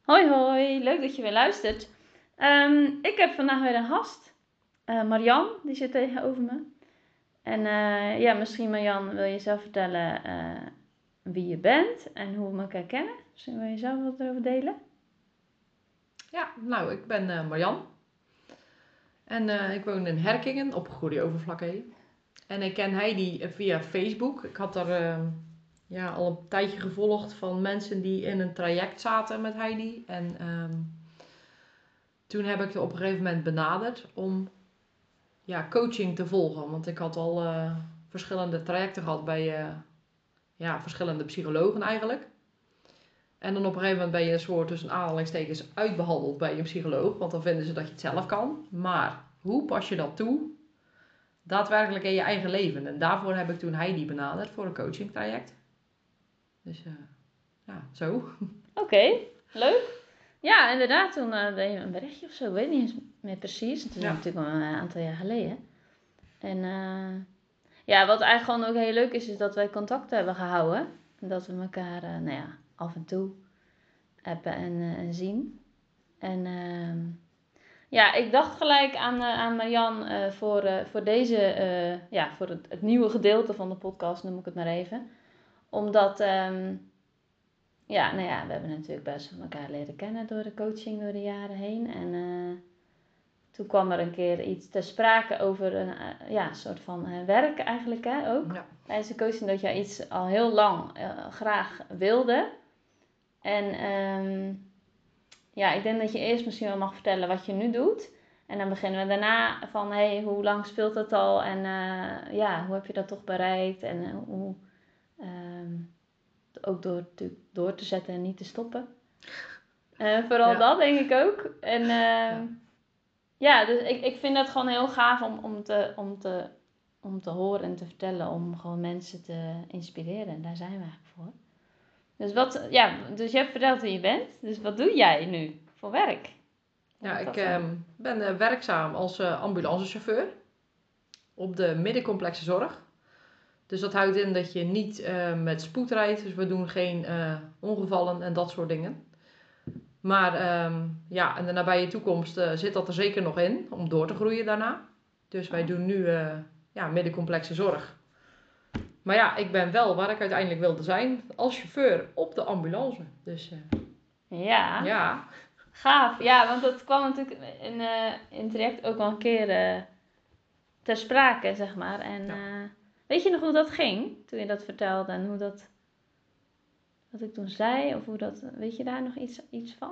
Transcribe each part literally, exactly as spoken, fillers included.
Hoi hoi, leuk dat je weer luistert. Um, ik heb vandaag weer een gast, uh, Marian, die zit tegenover me. En uh, ja, misschien Marian, wil je zelf vertellen uh, wie je bent en hoe we elkaar kennen? Misschien wil je zelf wat erover delen? Ja, nou, ik ben uh, Marian. En uh, ik woon in Herkingen op Goede Overflakkee. En ik ken Heidi via Facebook. Ik had er uh, ja, al een tijdje gevolgd van mensen die in een traject zaten met Heidi. En um, toen heb ik er op een gegeven moment benaderd om ja, coaching te volgen. Want ik had al uh, verschillende trajecten gehad bij uh, ja, verschillende psychologen eigenlijk. En dan op een gegeven moment ben je een soort tussen aanhalingstekens uitbehandeld bij een psycholoog. Want dan vinden ze dat je het zelf kan. Maar hoe pas je dat toe? Daadwerkelijk in je eigen leven. En daarvoor heb ik toen Heidi benaderd voor een coaching traject. Dus uh, ja, zo. Oké, okay, leuk. Ja, inderdaad, toen uh, deed je een berichtje of zo. Ik weet niet eens meer precies. Het is ja. natuurlijk al een aantal jaar geleden. En uh, ja, wat eigenlijk gewoon ook heel leuk is, is dat wij contact hebben gehouden. En dat we elkaar, uh, nou ja, af en toe appen en, uh, en zien. En uh, ja, ik dacht gelijk aan, uh, aan Marian uh, voor, uh, voor deze, uh, ja, voor het, het nieuwe gedeelte van de podcast, noem ik het maar even. Omdat, um, ja, nou ja, we hebben natuurlijk best van elkaar leren kennen door de coaching door de jaren heen. En uh, toen kwam er een keer iets ter sprake over een uh, ja, soort van uh, werk eigenlijk, hè, ook. Ja. Tijdens de coaching dat jij iets al heel lang uh, graag wilde. En um, ja, ik denk dat je eerst misschien wel mag vertellen wat je nu doet. En dan beginnen we daarna van, hé, hey, hoe lang speelt dat al? En uh, ja, hoe heb je dat toch bereikt? En uh, hoe, um, ook door, door te zetten en niet te stoppen. Uh, vooral ja. dat denk ik ook. En uh, ja. ja, dus ik, ik vind dat gewoon heel gaaf om, om, te, om, te, om te horen en te vertellen. Om gewoon mensen te inspireren. En daar zijn we eigenlijk voor. Dus, wat, ja, dus je hebt verteld wie je bent. Dus wat doe jij nu voor werk? Ja, ik uh, ben uh, werkzaam als uh, ambulancechauffeur op de middencomplexe zorg. Dus dat houdt in dat je niet uh, met spoed rijdt. Dus we doen geen uh, ongevallen en dat soort dingen. Maar um, ja, in de nabije toekomst uh, zit dat er zeker nog in om door te groeien daarna. Dus wij doen nu uh, ja, middencomplexe zorg. Maar ja, ik ben wel waar ik uiteindelijk wilde zijn, als chauffeur op de ambulance. Dus uh, ja. ja, gaaf. Ja, want dat kwam natuurlijk in, uh, in het traject ook al een keer uh, ter sprake, zeg maar. En ja. uh, weet je nog hoe dat ging, toen je dat vertelde en hoe dat, wat ik toen zei? Of hoe dat, weet je daar nog iets, iets van?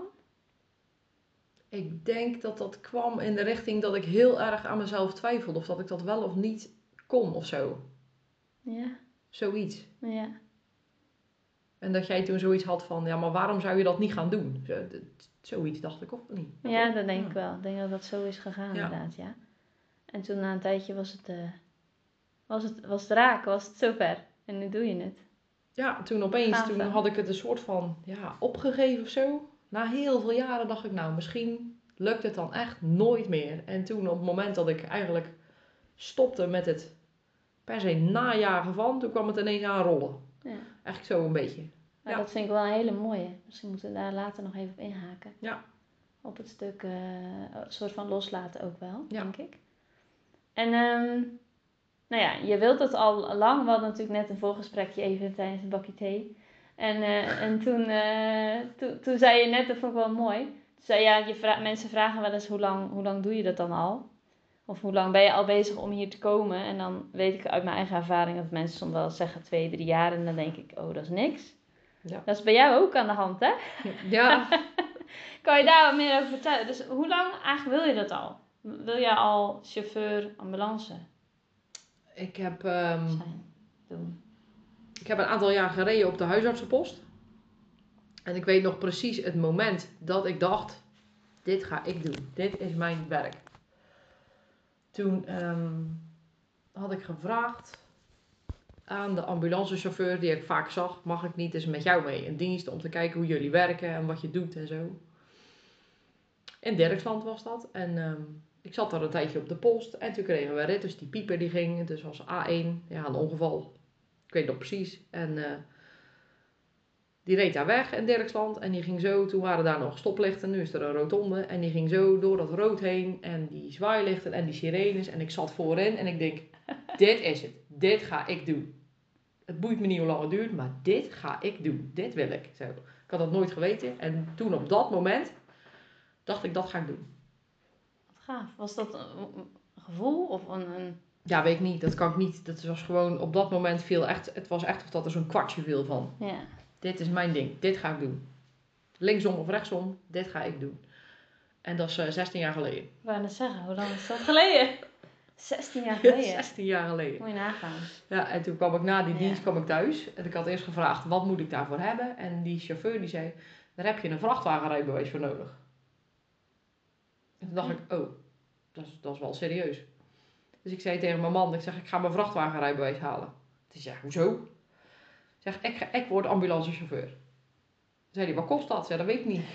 Ik denk dat dat kwam in de richting dat ik heel erg aan mezelf twijfelde. Of dat ik dat wel of niet kon of zo. Ja. Zoiets. Ja. En dat jij toen zoiets had van, ja, maar waarom zou je dat niet gaan doen? Zo, zoiets dacht ik, of niet? Ja, ja dat denk ja. ik wel. Ik denk dat dat zo is gegaan, ja. inderdaad, ja. En toen na een tijdje was het, uh, was het, was het raak, was het zover. En nu doe je het. Ja, toen opeens, Gaaf, toen had ik het een soort van, ja, opgegeven of zo. Na heel veel jaren dacht ik, nou, misschien lukt het dan echt nooit meer. En toen op het moment dat ik eigenlijk stopte met het per se najagen van, toen kwam het ineens aan rollen. Ja. Eigenlijk zo een beetje. Maar ja. Dat vind ik wel een hele mooie. Misschien moeten we daar later nog even op inhaken. Ja. Op het stuk, uh, een soort van loslaten ook wel, ja. denk ik. En, um, nou ja, je wilt het al lang. We hadden natuurlijk net een voorgesprekje even tijdens een bakje thee. En, uh, en toen, uh, to, toen zei je net, dat vond ik wel mooi. Toen zei ja, je vra- mensen vragen wel eens hoe lang, hoe lang doe je dat dan al? Of hoe lang ben je al bezig om hier te komen? En dan weet ik uit mijn eigen ervaring dat mensen soms wel zeggen twee, drie jaar. En dan denk ik, oh, dat is niks. Ja. Dat is bij jou ook aan de hand, hè? Ja. Kan je daar wat meer over vertellen? Dus hoe lang eigenlijk wil je dat al? Wil je al chauffeur ambulance Ik heb, um, zijn? Doen. Ik heb een aantal jaar gereden op de huisartsenpost. En ik weet nog precies het moment dat ik dacht, dit ga ik doen. Dit is mijn werk. Toen um, had ik gevraagd aan de ambulancechauffeur die ik vaak zag, mag ik niet eens met jou mee in dienst om te kijken hoe jullie werken en wat je doet en zo. In Dirksland was dat. En um, ik zat daar een tijdje op de post en toen kregen we rit, dus die pieper die ging. Dus was A één, ja, een ongeval. Ik weet nog precies. En uh, Die reed daar weg in Dirksland en die ging zo, toen waren daar nog stoplichten, nu is er een rotonde. En die ging zo door dat rood heen en die zwaailichten en die sirenes. En ik zat voorin en ik denk, dit is het, dit ga ik doen. Het boeit me niet hoe lang het duurt, maar dit ga ik doen, dit wil ik. Zo. Ik had dat nooit geweten en toen op dat moment dacht ik, dat ga ik doen. Wat gaaf. Was dat een gevoel of een... een... Ja, weet ik niet, dat kan ik niet. Dat was gewoon, op dat moment viel echt, het was echt of dat er zo'n kwartje viel van. Ja. Dit is mijn ding, dit ga ik doen. Linksom of rechtsom, dit ga ik doen. En dat is uh, zestien jaar geleden. Ik wou net zeggen, hoe lang is dat geleden? zestien jaar geleden? zestien jaar geleden. Moet je nagaan. Ja, en toen kwam ik na die Ja. dienst kwam ik thuis. En ik had eerst gevraagd, wat moet ik daarvoor hebben? En die chauffeur die zei, daar heb je een vrachtwagenrijbewijs voor nodig. En toen dacht ik, oh, dat is, dat is wel serieus. Dus ik zei tegen mijn man, ik zeg, ik ga mijn vrachtwagenrijbewijs halen. Hij zei, ja, hoezo? Ik zeg, ik, ga, ik word ambulancechauffeur. Toen zei hij, wat kost dat? Ja, dat weet ik niet.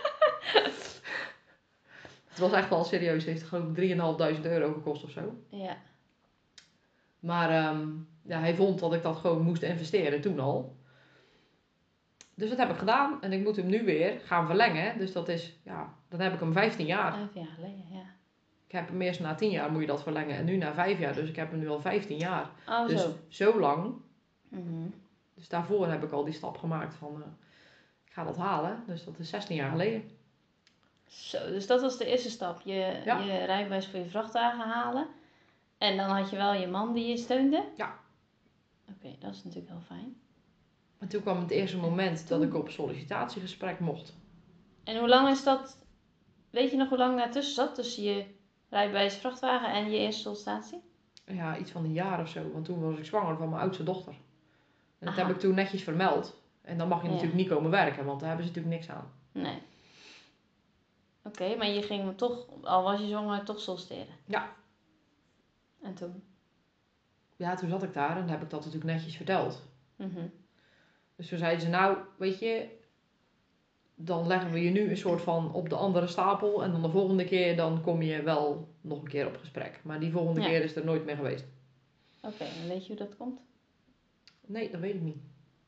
Het was echt wel serieus. Het heeft geloof ik drieduizend vijfhonderd euro gekost of zo. Ja. Maar um, ja, hij vond dat ik dat gewoon moest investeren toen al. Dus dat heb ik gedaan. En ik moet hem nu weer gaan verlengen. Dus dat is, ja, dan heb ik hem vijftien jaar. Vijf jaar geleden, ja. Ik heb hem eerst na tien jaar moet je dat verlengen. En nu na vijf jaar. Dus ik heb hem nu al vijftien jaar. Oh, dus zo. zo lang. Mm-hmm. Dus daarvoor heb ik al die stap gemaakt van, uh, ik ga dat halen. Dus dat is zestien jaar geleden. Zo, dus dat was de eerste stap. Je, Ja. je rijbewijs voor je vrachtwagen halen. En dan had je wel je man die je steunde? Ja. Oké, okay, dat is natuurlijk heel fijn. En toen kwam het eerste moment dat ik op sollicitatiegesprek mocht. En hoe lang is dat, weet je nog hoe lang daartussen zat? Tussen je rijbewijs vrachtwagen en je eerste sollicitatie? Ja, iets van een jaar of zo. Want toen was ik zwanger van mijn oudste dochter. En dat Aha. heb ik toen netjes vermeld. En dan mag je Ja. natuurlijk niet komen werken, want daar hebben ze natuurlijk niks aan. Nee. Oké, okay, maar je ging toch, al was je zwanger, toch solliciteren? Ja. En toen? Ja, toen zat ik daar en heb ik dat natuurlijk netjes verteld. Mm-hmm. Dus toen zeiden ze, nou, weet je, dan leggen we je nu een soort van op de andere stapel. En dan de volgende keer, dan kom je wel nog een keer op gesprek. Maar die volgende Ja. keer is er nooit meer geweest. Oké, okay, en weet je hoe dat komt? Nee, dat weet ik niet.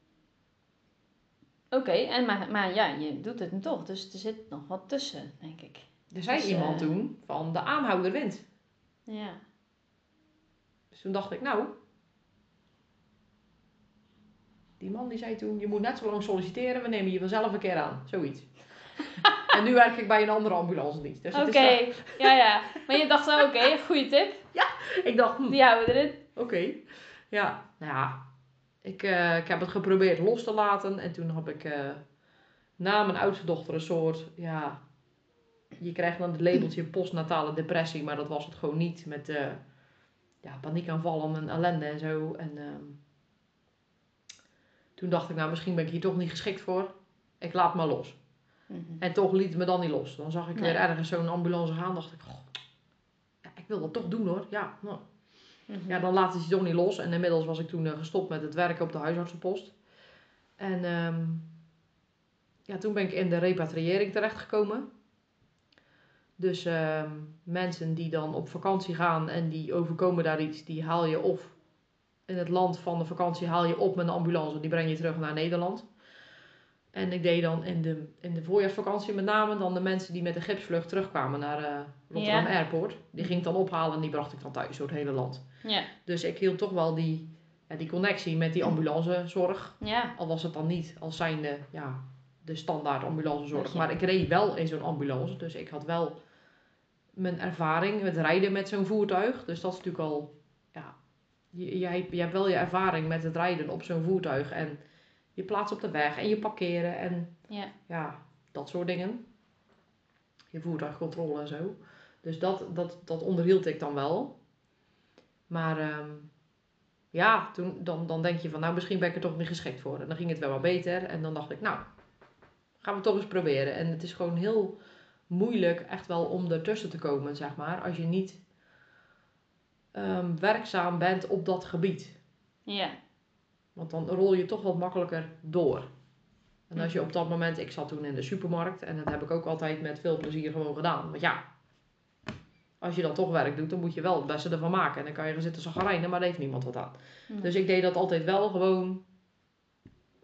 Oké, okay, en maar, maar ja, je doet het nu toch, dus er zit nog wat tussen, denk ik. Er zei dus, iemand uh... toen van de aanhouder wint. Ja. Dus toen dacht ik, nou, die man die zei toen, je moet net zo lang solliciteren, we nemen je vanzelf een keer aan. Zoiets. En nu werk ik bij een andere ambulance dienst. Dus oké, okay. ja ja. Maar je dacht, oké, okay, goede tip. Ja, ik dacht, hm. Die houden we erin. Oké. Okay. Ja, nou ja. Ik, uh, ik heb het geprobeerd los te laten. En toen heb ik uh, na mijn oudste dochter een soort, ja, je krijgt dan het labeltje postnatale depressie, maar dat was het gewoon niet. Met uh, ja, paniekaanvallen en ellende en zo. En uh, toen dacht ik, nou misschien ben ik hier toch niet geschikt voor. Ik laat maar los. Mm-hmm. En toch liet het me dan niet los. Dan zag ik nee. weer ergens zo'n ambulance gaan. Dacht ik, goh, ja, ik wil dat toch doen hoor. Ja, nou. Mm-hmm. Ja, dan laat het je toch niet los. En inmiddels was ik toen uh, gestopt met het werken op de huisartsenpost. En um, ja, toen ben ik in de repatriëring terechtgekomen. Dus uh, mensen die dan op vakantie gaan en die overkomen daar iets, die haal je of in het land van de vakantie haal je op met een ambulance. Die breng je terug naar Nederland. En ik deed dan in de, in de voorjaarsvakantie met name dan de mensen die met de gipsvlucht terugkwamen naar uh, Rotterdam ja. Airport. Die ging ik dan ophalen en die bracht ik dan thuis door het hele land. Ja. Dus ik hield toch wel die, ja, die connectie met die ambulancezorg. Ja. Al was het dan niet als zijnde ja, de standaard ambulancezorg. Maar ik reed wel in zo'n ambulance. Dus ik had wel mijn ervaring met rijden met zo'n voertuig. Dus dat is natuurlijk al... Ja, je, je, je hebt wel je ervaring met het rijden op zo'n voertuig. En je plaats op de weg en je parkeren en ja. ja, dat soort dingen. Je voertuigcontrole en zo. Dus dat, dat, dat onderhield ik dan wel. Maar um, ja, toen, dan, dan denk je van nou misschien ben ik er toch niet geschikt voor. En dan ging het wel wat beter. En dan dacht ik nou, gaan we toch eens proberen. En het is gewoon heel moeilijk echt wel om ertussen te komen, zeg maar. Als je niet um, werkzaam bent op dat gebied. Ja. Want dan rol je toch wat makkelijker door. En als je op dat moment, ik zat toen in de supermarkt en dat heb ik ook altijd met veel plezier gewoon gedaan. Want ja, als je dan toch werk doet, dan moet je wel het beste ervan maken. En dan kan je gaan zitten zagrijnen, maar daar heeft niemand wat aan. Nee. Dus ik deed dat altijd wel gewoon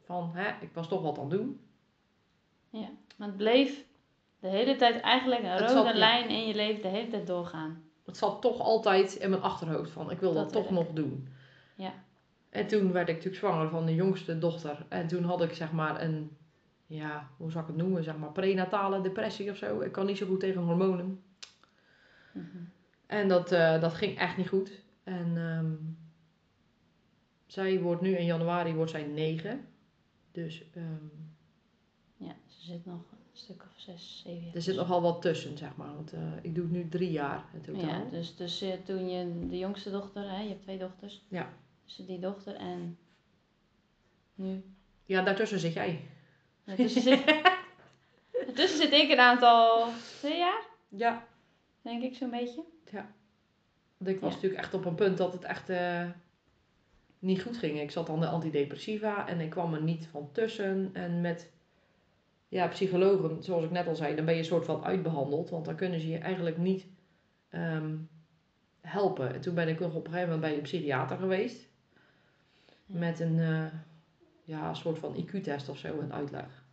van, hè, ik was toch wat aan het doen. Ja, maar het bleef de hele tijd eigenlijk een Het rode zat, ja. lijn in je leven de hele tijd doorgaan. Het zat toch altijd in mijn achterhoofd van, ik wil dat, Dat toch werk. nog doen. Ja. En toen werd ik natuurlijk zwanger van de jongste dochter. En toen had ik zeg maar een, ja, hoe zou ik het noemen, zeg maar prenatale depressie of zo. Ik kan niet zo goed tegen hormonen. Mhm. En dat, uh, dat ging echt niet goed. En um, zij wordt nu in januari wordt zij negen. Dus um, ja, ze zit nog een stuk of zes, zeven jaar. er zit nogal wat tussen, zeg maar. Want uh, ik doe nu drie jaar in totaal. Ja, dus, dus uh, toen je de jongste dochter, hè, je hebt twee dochters. Ja. Tussen die dochter en nu. Ja, daartussen zit jij. Daartussen zit, daartussen zit ik een aantal, twee jaar? Ja. Denk ik zo'n beetje. Ja. Want ik was ja. natuurlijk echt op een punt dat het echt uh, niet goed ging. Ik zat aan de antidepressiva en ik kwam er niet van tussen. En met ja, psychologen, zoals ik net al zei, dan ben je een soort van uitbehandeld. Want dan kunnen ze je eigenlijk niet um, helpen. En toen ben ik nog op een gegeven moment bij een psychiater geweest. Ja. Met een uh, ja, een soort van I Q-test of zo, een uitleg.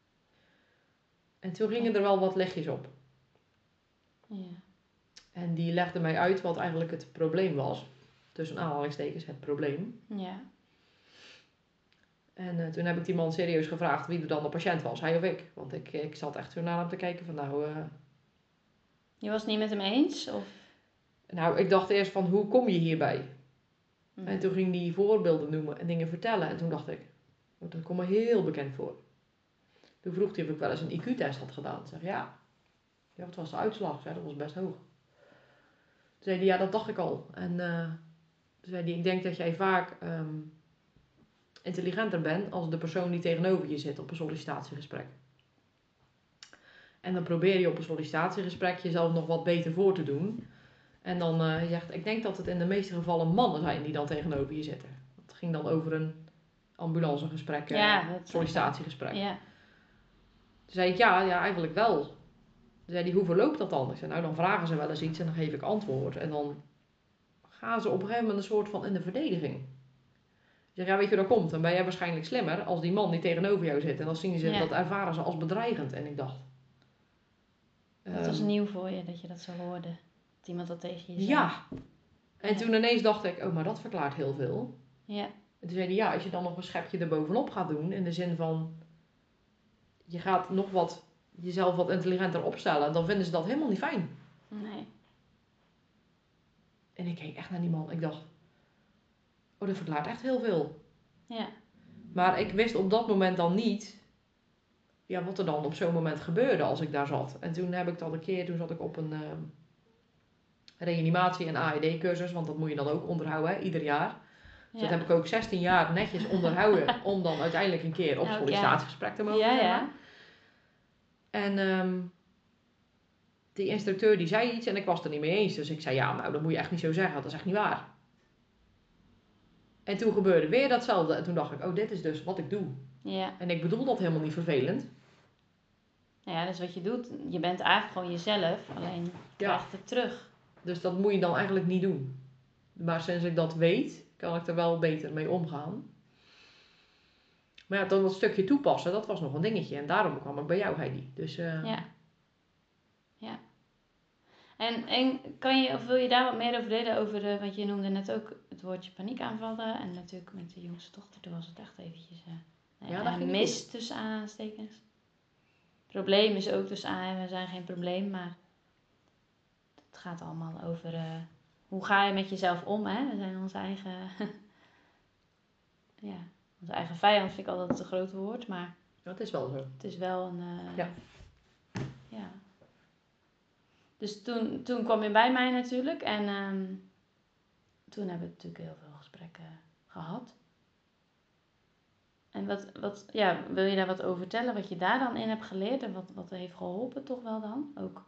En toen gingen er wel wat lichtjes op. Ja. En die legde mij uit wat eigenlijk het probleem was. Tussen aanhalingstekens, het probleem. Ja. En uh, toen heb ik die man serieus gevraagd wie er dan de patiënt was, hij of ik. Want ik, ik zat echt zo naar hem te kijken van nou... Uh... Je was het niet met hem eens? Of? Nou, ik dacht eerst van hoe kom je hierbij? Hm. En toen ging hij voorbeelden noemen en dingen vertellen. En toen dacht ik, oh, dat komt me heel bekend voor. Toen vroeg hij of ik wel eens een I Q-test had gedaan. Ik zeg ja. Ja, wat was de uitslag? Ik zei, dat was best hoog. Toen zei hij, ja, dat dacht ik al. En uh, toen zei hij, ik denk dat jij vaak um, intelligenter bent als de persoon die tegenover je zit op een sollicitatiegesprek. En dan probeer je op een sollicitatiegesprek jezelf nog wat beter voor te doen. En dan uh, zegt, ik denk dat het in de meeste gevallen mannen zijn die dan tegenover je zitten. Het ging dan over een ambulancegesprek, ja, uh, dat sollicitatiegesprek. Ja. Toen zei ik, ja, ja, eigenlijk wel. Toen zei hij, hoe verloopt dat dan? Ik zei, nou, dan vragen ze wel eens iets en dan geef ik antwoord. En dan gaan ze op een gegeven moment een soort van in de verdediging. Ik zeg, ja, weet je hoe dat komt? Dan ben jij waarschijnlijk slimmer als die man die tegenover jou zit. En dan zien ze, ja. dat ervaren ze als bedreigend. En ik dacht... Dat was um, nieuw voor je, dat je dat zo hoorde. Dat iemand dat tegen je zei. Ja. En ja. toen ineens dacht ik, oh, maar dat verklaart heel veel. Ja. En toen zei hij, ja, als je dan nog een schepje erbovenop gaat doen, in de zin van, je gaat nog wat, jezelf wat intelligenter opstellen, dan vinden ze dat helemaal niet fijn. Nee. En ik keek echt naar die man. Ik dacht, oh, dat verklaart echt heel veel. Ja. Maar ik wist op dat moment dan niet, ja, wat er dan op zo'n moment gebeurde als ik daar zat. En toen heb ik dat een keer, toen zat ik op een uh, reanimatie- en A E D-cursus, want dat moet je dan ook onderhouden, hè, ieder jaar. Dus ja. Dat heb ik ook zestien jaar netjes onderhouden om dan uiteindelijk een keer op Elk sollicitatiegesprek te mogen. Ja, zeg maar. ja. En um, die instructeur die zei iets en ik was het er niet mee eens. Dus ik zei, ja, nou dat moet je echt niet zo zeggen, dat is echt niet waar. En toen gebeurde weer datzelfde. En toen dacht ik, oh, dit is dus wat ik doe. Ja. En ik bedoel dat helemaal niet vervelend. Ja, dat is wat je doet. Je bent eigenlijk gewoon jezelf, alleen je krijgt ja. het terug. Dus dat moet je dan eigenlijk niet doen. Maar sinds ik dat weet, kan ik er wel beter mee omgaan. Maar ja, dan dat stukje toepassen, dat was nog een dingetje. En daarom kwam ik bij jou, Heidi. Dus, uh... Ja. Ja. En, en kan je, of wil je daar wat meer over delen? Over de, want je noemde net ook het woordje paniekaanvallen. En natuurlijk met de jongste dochter, toen was het echt eventjes uh, ja, een mis goed. Tussen aanstekens. Probleem is ook tussen aan, we zijn geen probleem, maar het gaat allemaal over uh, hoe ga je met jezelf om, hè? We zijn onze eigen, ja, onze eigen vijand vind ik altijd een groot woord, maar ja, het is wel zo. Het is wel een, uh, ja. ja. Dus toen, toen kwam je bij mij natuurlijk en um, toen hebben we natuurlijk heel veel gesprekken gehad. En wat, wat, ja, wil je daar wat over vertellen, wat je daar dan in hebt geleerd en wat, wat heeft geholpen toch wel dan? Ook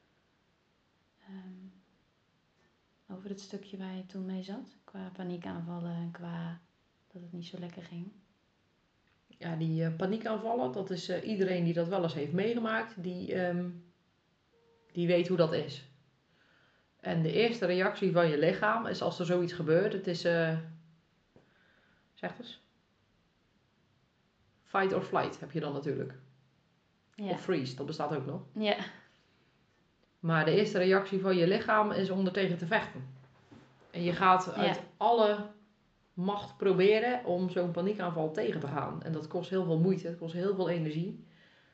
um, over het stukje waar je toen mee zat, qua paniekaanvallen en qua dat het niet zo lekker ging. Ja, die uh, paniekaanvallen, dat is uh, iedereen die dat wel eens heeft meegemaakt, die, um, die weet hoe dat is. En de eerste reactie van je lichaam is als er zoiets gebeurt, het is, uh, zeg eens. fight or flight heb je dan natuurlijk. Ja. Of freeze, dat bestaat ook nog. Ja. Maar de eerste reactie van je lichaam is om er tegen te vechten. En je gaat uit Ja. alle macht proberen om zo'n paniekaanval tegen te gaan. En dat kost heel veel moeite, het kost heel veel energie.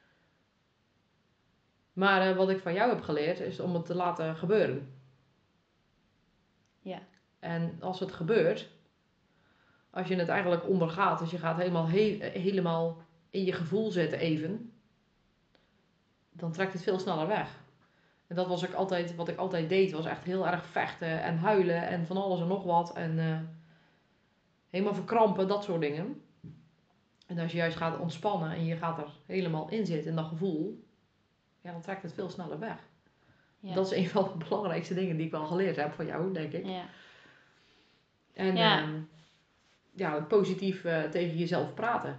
Maar uh, wat ik van jou heb geleerd is om het te laten gebeuren. Ja. En als het gebeurt, als je het eigenlijk ondergaat, dus je gaat helemaal, he- helemaal in je gevoel zitten even, dan trekt het veel sneller weg. En dat was ik altijd, wat ik altijd deed, was echt heel erg vechten en huilen en van alles en nog wat. En uh, helemaal verkrampen, dat soort dingen. En als je juist gaat ontspannen en je gaat er helemaal in zitten, in dat gevoel, ja, dan trekt het veel sneller weg. Ja. Dat is een van de belangrijkste dingen die ik wel geleerd heb van jou, denk ik. Ja. En ja. Uh, ja, positief uh, tegen jezelf praten.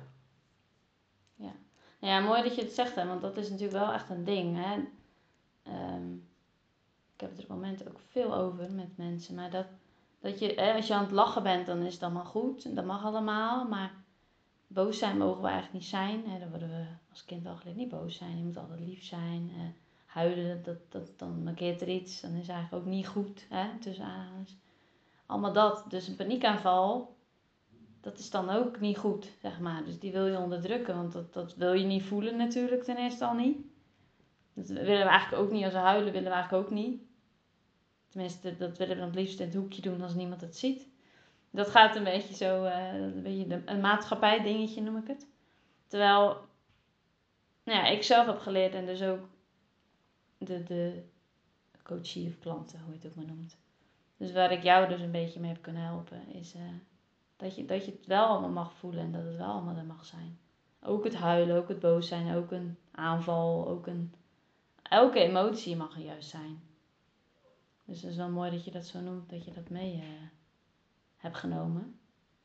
Ja. ja, mooi dat je het zegt, hè, want dat is natuurlijk wel echt een ding. Hè. Um, ik heb het er op het moment ook veel over met mensen, maar dat, dat je, hè, als je aan het lachen bent, dan is het allemaal goed, dat mag allemaal, maar boos zijn mogen we eigenlijk niet zijn. Hè. Dan worden we als kind al geleerd niet boos zijn, je moet altijd lief zijn. Uh, huilen, dat, dat, dan markeert er iets, dan is het eigenlijk ook niet goed, hè, tussen aanhalingstekens. Allemaal dat, dus een paniekaanval, dat is dan ook niet goed, zeg maar. Dus die wil je onderdrukken, want dat, dat wil je niet voelen natuurlijk ten eerste al niet. Dat willen we eigenlijk ook niet, als we huilen willen we eigenlijk ook niet. Tenminste, dat willen we dan het liefst in het hoekje doen als niemand het ziet. Dat gaat een beetje zo, uh, een, beetje een maatschappij dingetje noem ik het. Terwijl, nou ja, ik zelf heb geleerd en dus ook de, de coachie of klanten, hoe je het ook maar noemt. Dus waar ik jou dus een beetje mee heb kunnen helpen, is uh, dat, je, dat je het wel allemaal mag voelen en dat het wel allemaal er mag zijn. Ook het huilen, ook het boos zijn, ook een aanval, ook een... Elke emotie mag er juist zijn. Dus het is wel mooi dat je dat zo noemt, dat je dat mee uh, hebt genomen.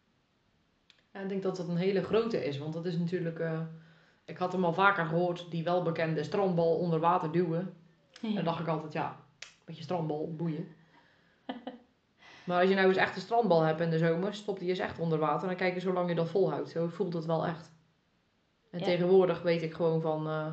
Ja, ik denk dat dat een hele grote is, want dat is natuurlijk... Uh, ik had hem al vaker gehoord, die welbekende strandbal onder water duwen. Ja. En dan dacht ik altijd, ja, met je strandbal, boeien. Maar als je nou eens echt een strandbal hebt in de zomer, stop die eens echt onder water en kijk eens hoe lang je dat volhoudt. Zo voelt het wel echt. En ja. Tegenwoordig weet ik gewoon van... Uh,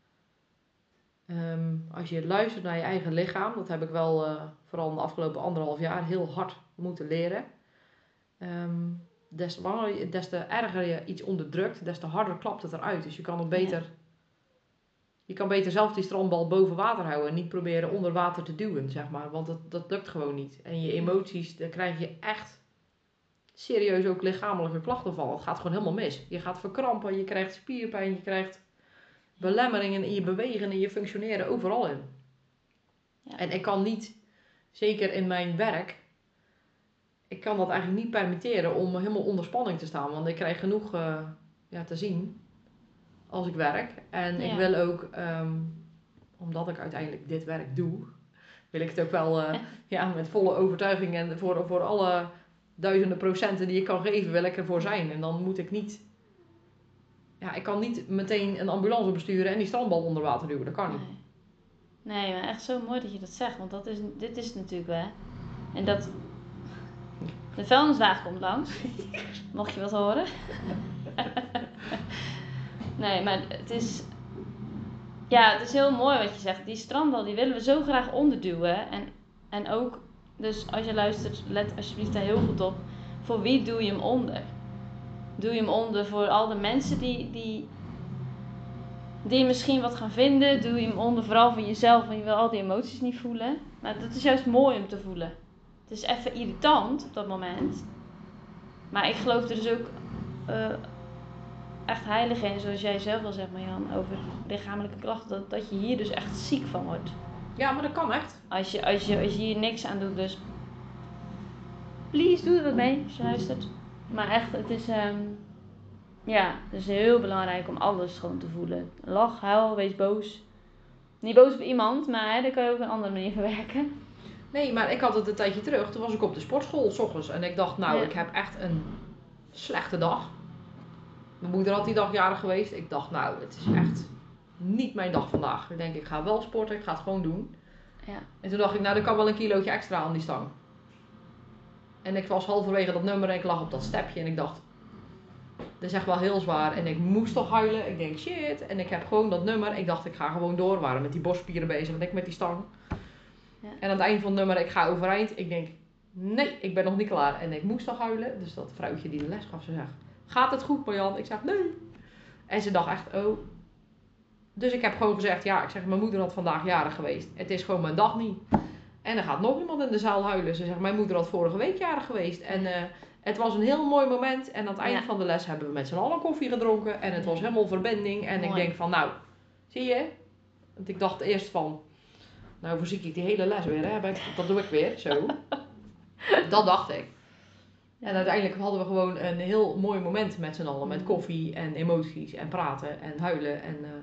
um, als je luistert naar je eigen lichaam, dat heb ik wel uh, vooral in de afgelopen anderhalf jaar heel hard moeten leren. Um, des te langer, des te erger je iets onderdrukt, des te harder klapt het eruit. Dus je kan het beter... Ja. Je kan beter zelf die strandbal boven water houden en niet proberen onder water te duwen, zeg maar. Want dat, dat lukt gewoon niet. En je emoties, daar krijg je echt serieus ook lichamelijke klachten van. Het gaat gewoon helemaal mis. Je gaat verkrampen, je krijgt spierpijn, je krijgt belemmeringen in je bewegen en je functioneren overal in. Ja. En ik kan niet, zeker in mijn werk, ik kan dat eigenlijk niet permitteren om helemaal onder spanning te staan. Want ik krijg genoeg uh, ja, te zien als ik werk. En ja. ik wil ook, um, omdat ik uiteindelijk dit werk doe, wil ik het ook wel uh, ja, met volle overtuiging en voor, voor alle duizenden procenten die ik kan geven, wil ik ervoor zijn. En dan moet ik niet, ja, ik kan niet meteen een ambulance besturen en die strandbal onder water duwen. Dat kan niet. Nee. Nee, maar echt zo mooi dat je dat zegt, want dat is, dit is het natuurlijk wel. En dat, de vuilniswagen komt langs, mocht je wat horen. Nee, maar het is, ja, het is heel mooi wat je zegt. Die strandbal, die willen we zo graag onderduwen. En, en ook, dus als je luistert, let alsjeblieft daar heel goed op. Voor wie doe je hem onder? Doe je hem onder voor al de mensen die, die, die misschien wat gaan vinden? Doe je hem onder vooral voor jezelf, want je wil al die emoties niet voelen. Maar dat is juist mooi om te voelen. Het is even irritant op dat moment. Maar ik geloof er dus ook uh, echt heilig in, zoals jij zelf al zegt, Marjan, over lichamelijke klachten, dat, dat je hier dus echt ziek van wordt. Ja, maar dat kan echt. Als je, als je, als je hier niks aan doet, dus please, doe er wat mee als je luistert. Maar echt, het is, um, ja, het is heel belangrijk om alles gewoon te voelen. Lach, huil, wees boos. Niet boos op iemand, maar hè, dat kan je ook op een andere manier verwerken. Nee, maar ik had het een tijdje terug. Toen was ik op de sportschool 's ochtends. En ik dacht, nou, ja. ik heb echt een slechte dag. Mijn moeder had die dag jarig geweest. Ik dacht, nou, het is echt niet mijn dag vandaag. Ik denk, ik ga wel sporten. Ik ga het gewoon doen. Ja. En toen dacht ik, nou, er kan wel een kilootje extra aan die stang. En ik was halverwege dat nummer en ik lag op dat stepje. En ik dacht, Dat is echt wel heel zwaar. En ik moest toch huilen. Ik denk shit. En ik heb gewoon dat nummer. Ik dacht ik ga gewoon door. We waren met die borstspieren bezig. En ik met die stang. Ja. En aan het eind van het nummer, ik ga overeind. Ik denk, nee, ik ben nog niet klaar. En ik moest toch huilen. Dus dat vrouwtje die de les gaf, ze zegt, gaat het goed Marjan? Ik zeg, nee. En ze dacht echt, oh. Dus ik heb gewoon gezegd, ja, ik zeg, mijn moeder had vandaag jarig geweest. Het is gewoon mijn dag niet. En er gaat nog iemand in de zaal huilen. Ze zegt, mijn moeder had vorige week jarig geweest. En uh, het was een heel mooi moment. En aan het eind ja. van de les hebben we met z'n allen koffie gedronken. En het was helemaal verbinding. En mooi. Ik denk van, nou, zie je? Want ik dacht eerst van, nou verziek ik die hele les weer. Hè? Dat doe ik weer, zo. Dat dacht ik. En uiteindelijk hadden we gewoon een heel mooi moment met z'n allen. Met koffie en emoties en praten en huilen. En, uh...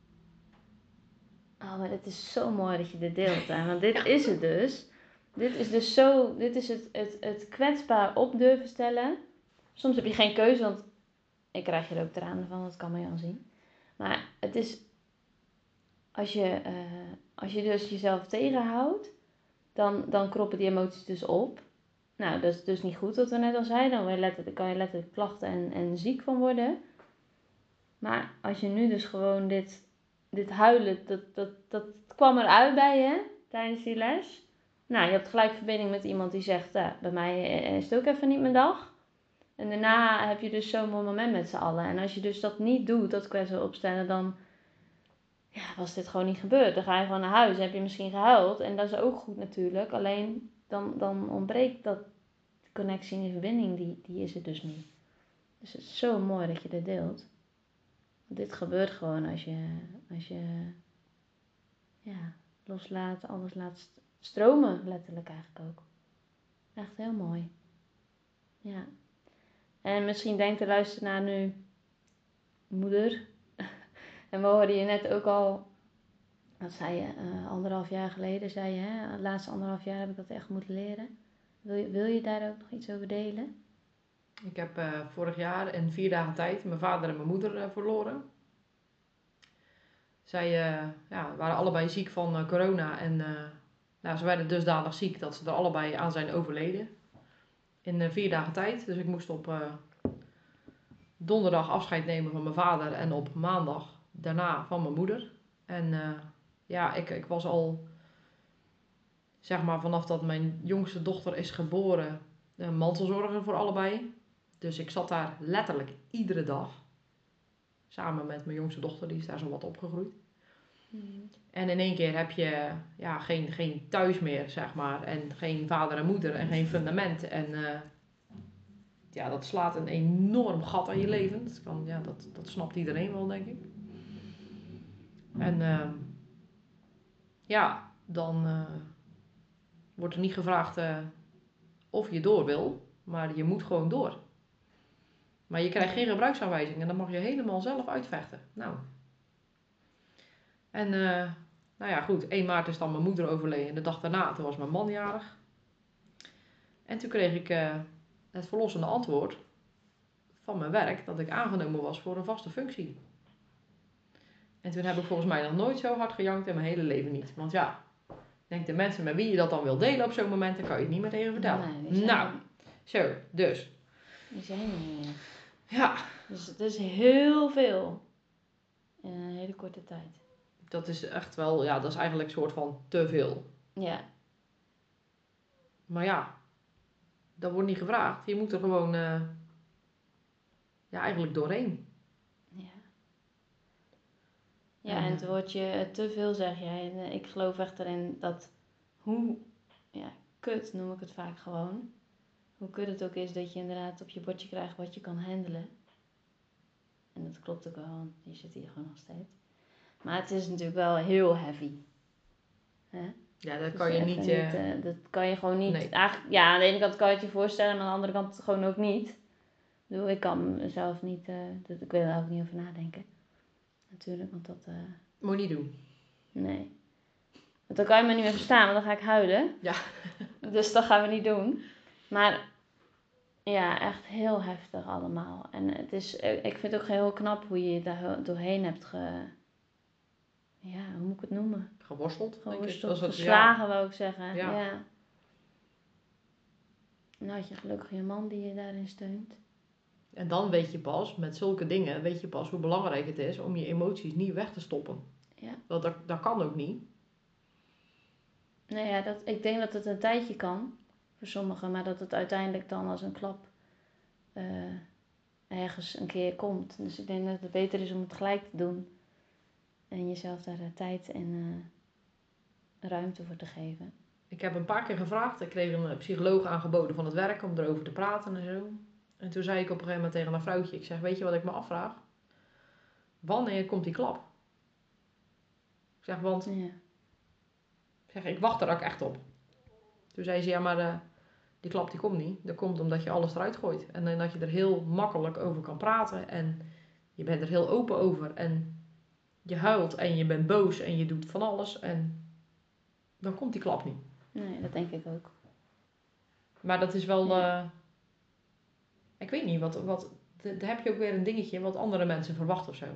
Oh, maar het is zo mooi dat je dit deelt. Hè? Want dit ja. is het dus. Dit is dus zo, dit is het, het, het kwetsbaar op durven stellen. Soms heb je geen keuze, want ik krijg er ook tranen van, dat kan Marjan zien. Maar het is, als je, uh, als je dus jezelf tegenhoudt, dan, dan kroppen die emoties dus op. Nou, dat is dus niet goed wat we net al zeiden. Dan letterlijk, kan je letterlijk klachten en, en ziek van worden. Maar als je nu dus gewoon dit, dit huilen, dat, dat, dat kwam eruit bij je tijdens die les. Nou, je hebt gelijk verbinding met iemand die zegt, ja, bij mij is het ook even niet mijn dag. En daarna heb je dus zo'n mooi moment met z'n allen. En als je dus dat niet doet, dat kwetsbaar opstellen, dan ja, was dit gewoon niet gebeurd. Dan ga je gewoon naar huis en heb je misschien gehuild. En dat is ook goed natuurlijk. Alleen dan, dan ontbreekt dat connectie en die verbinding, die, die is er dus niet. Dus het is zo mooi dat je dit deelt. Dit gebeurt gewoon als je, als je ja, loslaat, alles laat stromen, letterlijk eigenlijk ook. Echt heel mooi. Ja. En misschien denkt de luisteraar nu, moeder. En we hoorden je net ook al, wat zei je, uh, anderhalf jaar geleden zei je, hè? De laatste anderhalf jaar heb ik dat echt moeten leren. Wil je, wil je daar ook nog iets over delen? Ik heb uh, vorig jaar in vier dagen tijd mijn vader en mijn moeder uh, verloren. Zij uh, ja, waren allebei ziek van uh, corona en uh, nou, ze werden dusdanig ziek dat ze er allebei aan zijn overleden. In uh, vier dagen tijd. Dus ik moest op uh, donderdag afscheid nemen van mijn vader en op maandag daarna van mijn moeder. En uh, ja, ik, ik was al, zeg maar vanaf dat mijn jongste dochter is geboren, uh, mantelzorger voor allebei. Dus ik zat daar letterlijk iedere dag. Samen met mijn jongste dochter, die is daar zo wat opgegroeid. Mm. En in één keer heb je ja, geen, geen thuis meer, zeg maar. En geen vader en moeder en geen fundament. En uh, ja, dat slaat een enorm gat aan je leven. Dat, kan, ja, dat, dat snapt iedereen wel, denk ik. En uh, ja, dan uh, wordt er niet gevraagd uh, of je door wil. Maar je moet gewoon door. Maar je krijgt geen gebruiksaanwijzing en dan mag je helemaal zelf uitvechten. Nou. En uh, nou ja, goed. één maart is dan mijn moeder overleden. De dag daarna, toen was mijn man jarig. En toen kreeg ik uh, het verlossende antwoord van mijn werk dat ik aangenomen was voor een vaste functie. En toen heb ik volgens mij nog nooit zo hard gejankt in mijn hele leven niet. Want ja, ik denk de mensen met wie je dat dan wil delen op zo'n moment, dan kan je het niet meer tegen vertellen. Nee, nou, zo, dus. Die zijn er niet meer. Ja. Dus het is heel veel. In een hele korte tijd. Dat is echt wel, ja, dat is eigenlijk een soort van te veel. Ja. Maar ja, dat wordt niet gevraagd. Je moet er gewoon, uh, ja, eigenlijk doorheen. Ja. Ja, en, en het wordt je te veel, zeg jij. En ik geloof echt erin dat, hoe, ja, kut noem ik het vaak gewoon. Hoe kut het ook is dat je inderdaad op je bordje krijgt wat je kan handelen. En dat klopt ook wel, want je zit hier gewoon nog steeds. Maar het is natuurlijk wel heel heavy. Hè? Ja, dat kan je niet... niet uh... uh, dat kan je gewoon niet... Nee. Eigenlijk, ja, aan de ene kant kan je het je voorstellen, maar aan de andere kant gewoon ook niet. Ik bedoel, ik kan mezelf niet... Uh, dat, ik wil er ook niet over nadenken. Natuurlijk, want dat... Uh... Moet je niet doen. Nee. Want dan kan je me niet meer verstaan, want dan ga ik huilen. Ja. Dus dat gaan we niet doen. Maar... Ja, echt heel heftig allemaal. En het is, ik vind het ook heel knap hoe je daar doorheen hebt ge... Ja, hoe moet ik het noemen? Geworsteld. Geworsteld, geslagen ja. Wou ik zeggen. Ja. ja. Nou had je gelukkig je man die je daarin steunt. En dan weet je pas, met zulke dingen, weet je pas hoe belangrijk het is om je emoties niet weg te stoppen. Ja. Dat, dat, dat kan ook niet. Nou ja, dat, ik denk dat het een tijdje kan, voor sommigen, maar dat het uiteindelijk dan als een klap uh, ergens een keer komt. Dus ik denk dat het beter is om het gelijk te doen en jezelf daar uh, tijd en uh, ruimte voor te geven. Ik heb een paar keer gevraagd, ik kreeg een psycholoog aangeboden van het werk om erover te praten en zo. En toen zei ik op een gegeven moment tegen een vrouwtje, ik zeg, weet je wat ik me afvraag? Wanneer komt die klap? Ik zeg, want Ja. ik, zeg, ik wacht er ook echt op. Toen zei ze, ja maar uh, die klap die komt niet. Dat komt omdat je alles eruit gooit. En uh, dat je er heel makkelijk over kan praten. En je bent er heel open over. En je huilt en je bent boos en je doet van alles. En dan komt die klap niet. Nee, dat denk ik ook. Maar dat is wel... Ja. Uh, ik weet niet, wat, wat, daar heb je ook weer een dingetje wat andere mensen verwachten of zo.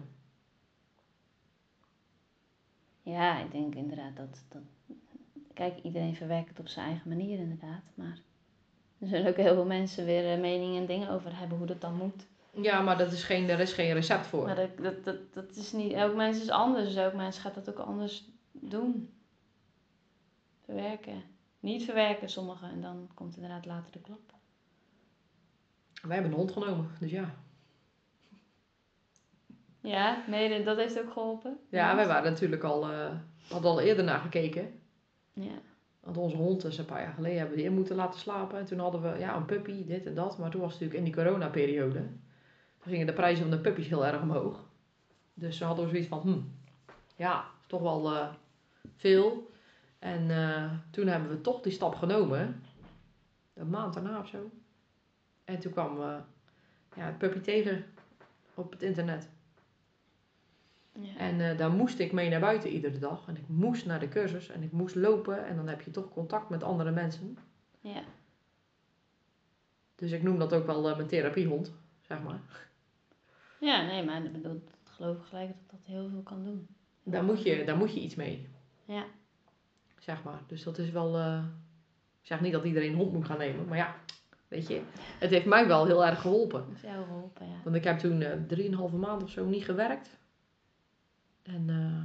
Ja, ik denk inderdaad dat, dat... Kijk, iedereen verwerkt het op zijn eigen manier inderdaad. Maar er zullen ook heel veel mensen weer meningen en dingen over hebben hoe dat dan moet. Ja, maar dat is geen, er is geen recept voor. Maar dat, dat, dat, dat is niet... Elk mens is anders, dus elk mens gaat dat ook anders doen. Verwerken. Niet verwerken sommigen en dan komt inderdaad later de klap. Wij hebben een hond genomen, dus ja. Ja, nee, dat heeft ook geholpen. Ja, ja. Wij waren natuurlijk al... Uh, hadden al eerder naar gekeken. Ja. Want onze hond is een paar jaar geleden hebben we die in moeten laten slapen. En toen hadden we ja, een puppy, dit en dat. Maar toen was het natuurlijk in die coronaperiode. Toen gingen de prijzen van de puppies heel erg omhoog. Dus we hadden we zoiets van, hm, ja, is toch wel uh, veel. En uh, toen hebben we toch die stap genomen. Een maand daarna of zo. En toen kwam uh, ja, het puppy tegen op het internet. Ja. En uh, daar moest ik mee naar buiten iedere dag. En ik moest naar de cursus en ik moest lopen. En dan heb je toch contact met andere mensen. Ja. Dus ik noem dat ook wel uh, mijn therapiehond, zeg maar. Ja, nee, maar ik bedoel, ik geloof gelijk dat dat heel veel kan doen. Daar moet je, daar moet je iets mee. Ja. Zeg maar. Dus dat is wel... Uh, ik zeg niet dat iedereen een hond moet gaan nemen. Maar ja, weet je. Het heeft mij wel heel erg geholpen. Dat is jou geholpen, ja. Want ik heb toen uh, drieënhalve maand of zo niet gewerkt. En... Uh,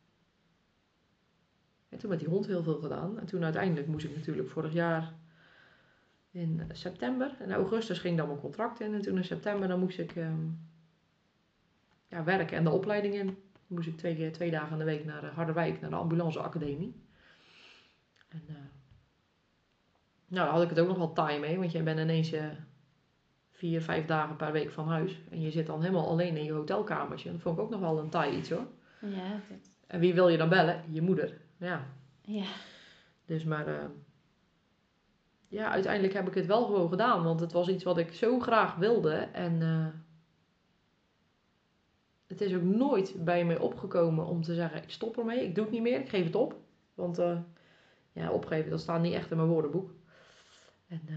En toen met die hond heel veel gedaan. En toen uiteindelijk moest ik natuurlijk vorig jaar in september. In augustus ging dan mijn contract in. En toen in september dan moest ik um, ja, werken en de opleiding in. Dan moest ik twee, twee dagen in de week naar Harderwijk, naar de ambulanceacademie. En uh, nou, daar had ik het ook nog wel taai mee. Want jij bent ineens uh, vier, vijf dagen per week van huis. En je zit dan helemaal alleen in je hotelkamertje. Dat vond ik ook nog wel een taai iets hoor. Ja, dat... En wie wil je dan bellen? Je moeder. Ja. Ja. Dus maar... Uh, ja, uiteindelijk heb ik het wel gewoon gedaan. Want het was iets wat ik zo graag wilde. En uh, het is ook nooit bij mij opgekomen om te zeggen... ik stop ermee, ik doe het niet meer, ik geef het op. Want uh, ja, opgeven, dat staat niet echt in mijn woordenboek. En uh,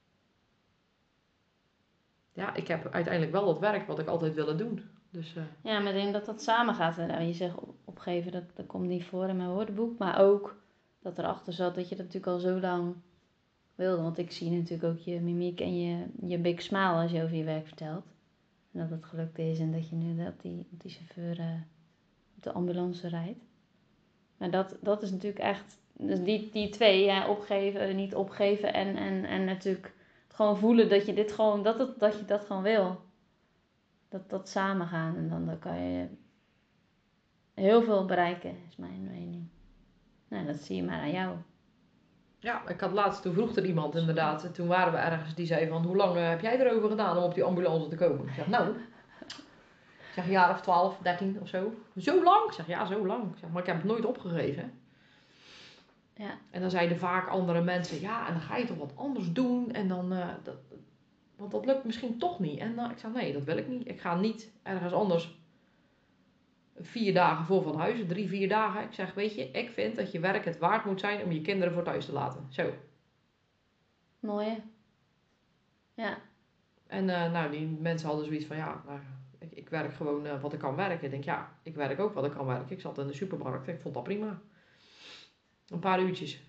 ja, ik heb uiteindelijk wel dat werk wat ik altijd wilde doen. Dus, uh, ja, maar ik denk dat dat samen gaat. Je zegt opgeven, dat, dat komt niet voor in mijn woordenboek. Maar ook dat erachter zat dat je dat natuurlijk al zo lang... wilde, want ik zie natuurlijk ook je mimiek en je, je big smile als je over je werk vertelt. En dat het gelukt is en dat je nu op die, op die chauffeur uh, op de ambulance rijdt. Maar dat, dat is natuurlijk echt, dus die, die twee, ja, opgeven, niet opgeven en, en, en natuurlijk gewoon voelen dat je dit gewoon, dat, het, dat je dat gewoon wil. Dat dat samen gaan en dan, dan kan je heel veel bereiken, is mijn mening. Nou, dat zie je maar aan jou. Ja, ik had laatst, toen vroeg er iemand inderdaad, en toen waren we ergens, die zei van, hoe lang uh, heb jij erover gedaan om op die ambulance te komen? Ik zeg, nou, ik zeg, een jaar of twaalf, dertien of zo. Zo lang? Ik zeg, ja, zo lang. Ik zeg, maar ik heb het nooit opgegeven. Ja. En dan zeiden vaak andere mensen, ja, en dan ga je toch wat anders doen, en dan, uh, dat, want dat lukt misschien toch niet. En uh, ik zeg, nee, dat wil ik niet. Ik ga niet ergens anders vier dagen voor van huis, drie, vier dagen. Ik zeg, weet je, ik vind dat je werk het waard moet zijn om je kinderen voor thuis te laten. Zo. Mooi, hè? Ja. En uh, nou, die mensen hadden zoiets van, ja, nou, ik, ik werk gewoon uh, wat ik kan werken. Ik denk, ja, ik werk ook wat ik kan werken. Ik zat in de supermarkt en ik vond dat prima. Een paar uurtjes.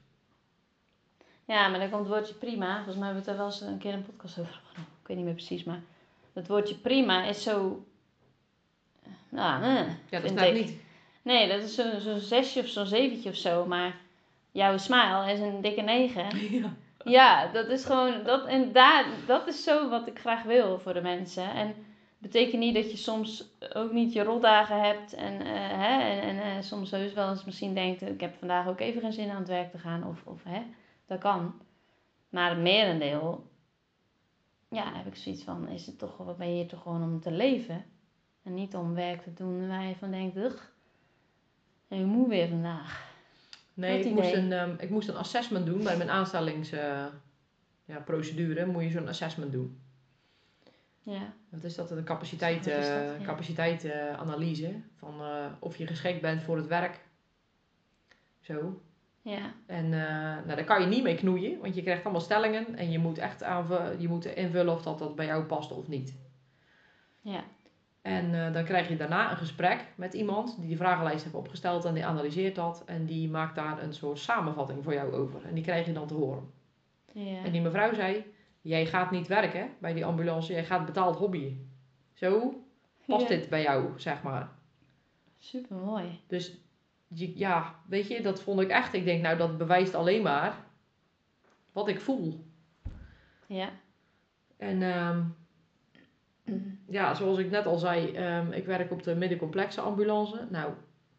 Ja, maar dan komt het woordje prima. Volgens mij hebben we het er wel eens een keer een podcast over opgenomen. Ik weet niet meer precies, maar... dat woordje prima is zo... Nou, eh, Ja, dat is vind net ik. niet. Nee, dat is zo'n zo zesje of zo'n zeventje of zo. Maar jouw smile is een dikke negen. Ja. Ja, dat is gewoon... Dat, en daar, dat is zo wat ik graag wil voor de mensen. En betekent niet dat je soms ook niet je rotdagen hebt. En, eh, hè, en, en eh, soms heus wel eens misschien denkt... Ik heb vandaag ook even geen zin aan het werk te gaan. Of, of hè, dat kan. Maar het merendeel... Ja, heb ik zoiets van... Is het toch, wat ben je hier toch gewoon om te leven? En niet om werk te doen waar je van denkt... Ugh, ik moet weer vandaag. Nee, Dat ik moest, idee. een, um, ik moest een assessment doen bij mijn aanstellingsprocedure. Uh, ja, moet je zo'n assessment doen. Ja. Wat is dat? Een capaciteit, Wat is dat? uh, Ja. capaciteitsanalyse. Van uh, of je geschikt bent voor het werk. Zo. Ja. En uh, nou, daar kan je niet mee knoeien. Want je krijgt allemaal stellingen. En je moet echt aanvullen, je moet invullen of dat, dat bij jou past of niet. Ja. En uh, dan krijg je daarna een gesprek met iemand die die vragenlijst heeft opgesteld en die analyseert dat. En die maakt daar een soort samenvatting voor jou over. En die krijg je dan te horen. Ja. En die mevrouw zei, jij gaat niet werken bij die ambulance, jij gaat betaald hobbyen. Zo past Ja. dit bij jou, zeg maar. Super mooi. Dus ja, weet je, dat vond ik echt. Ik denk, nou dat bewijst alleen maar wat ik voel. Ja. En um, ja, zoals ik net al zei, um, ik werk op de middencomplexe ambulance. Nou,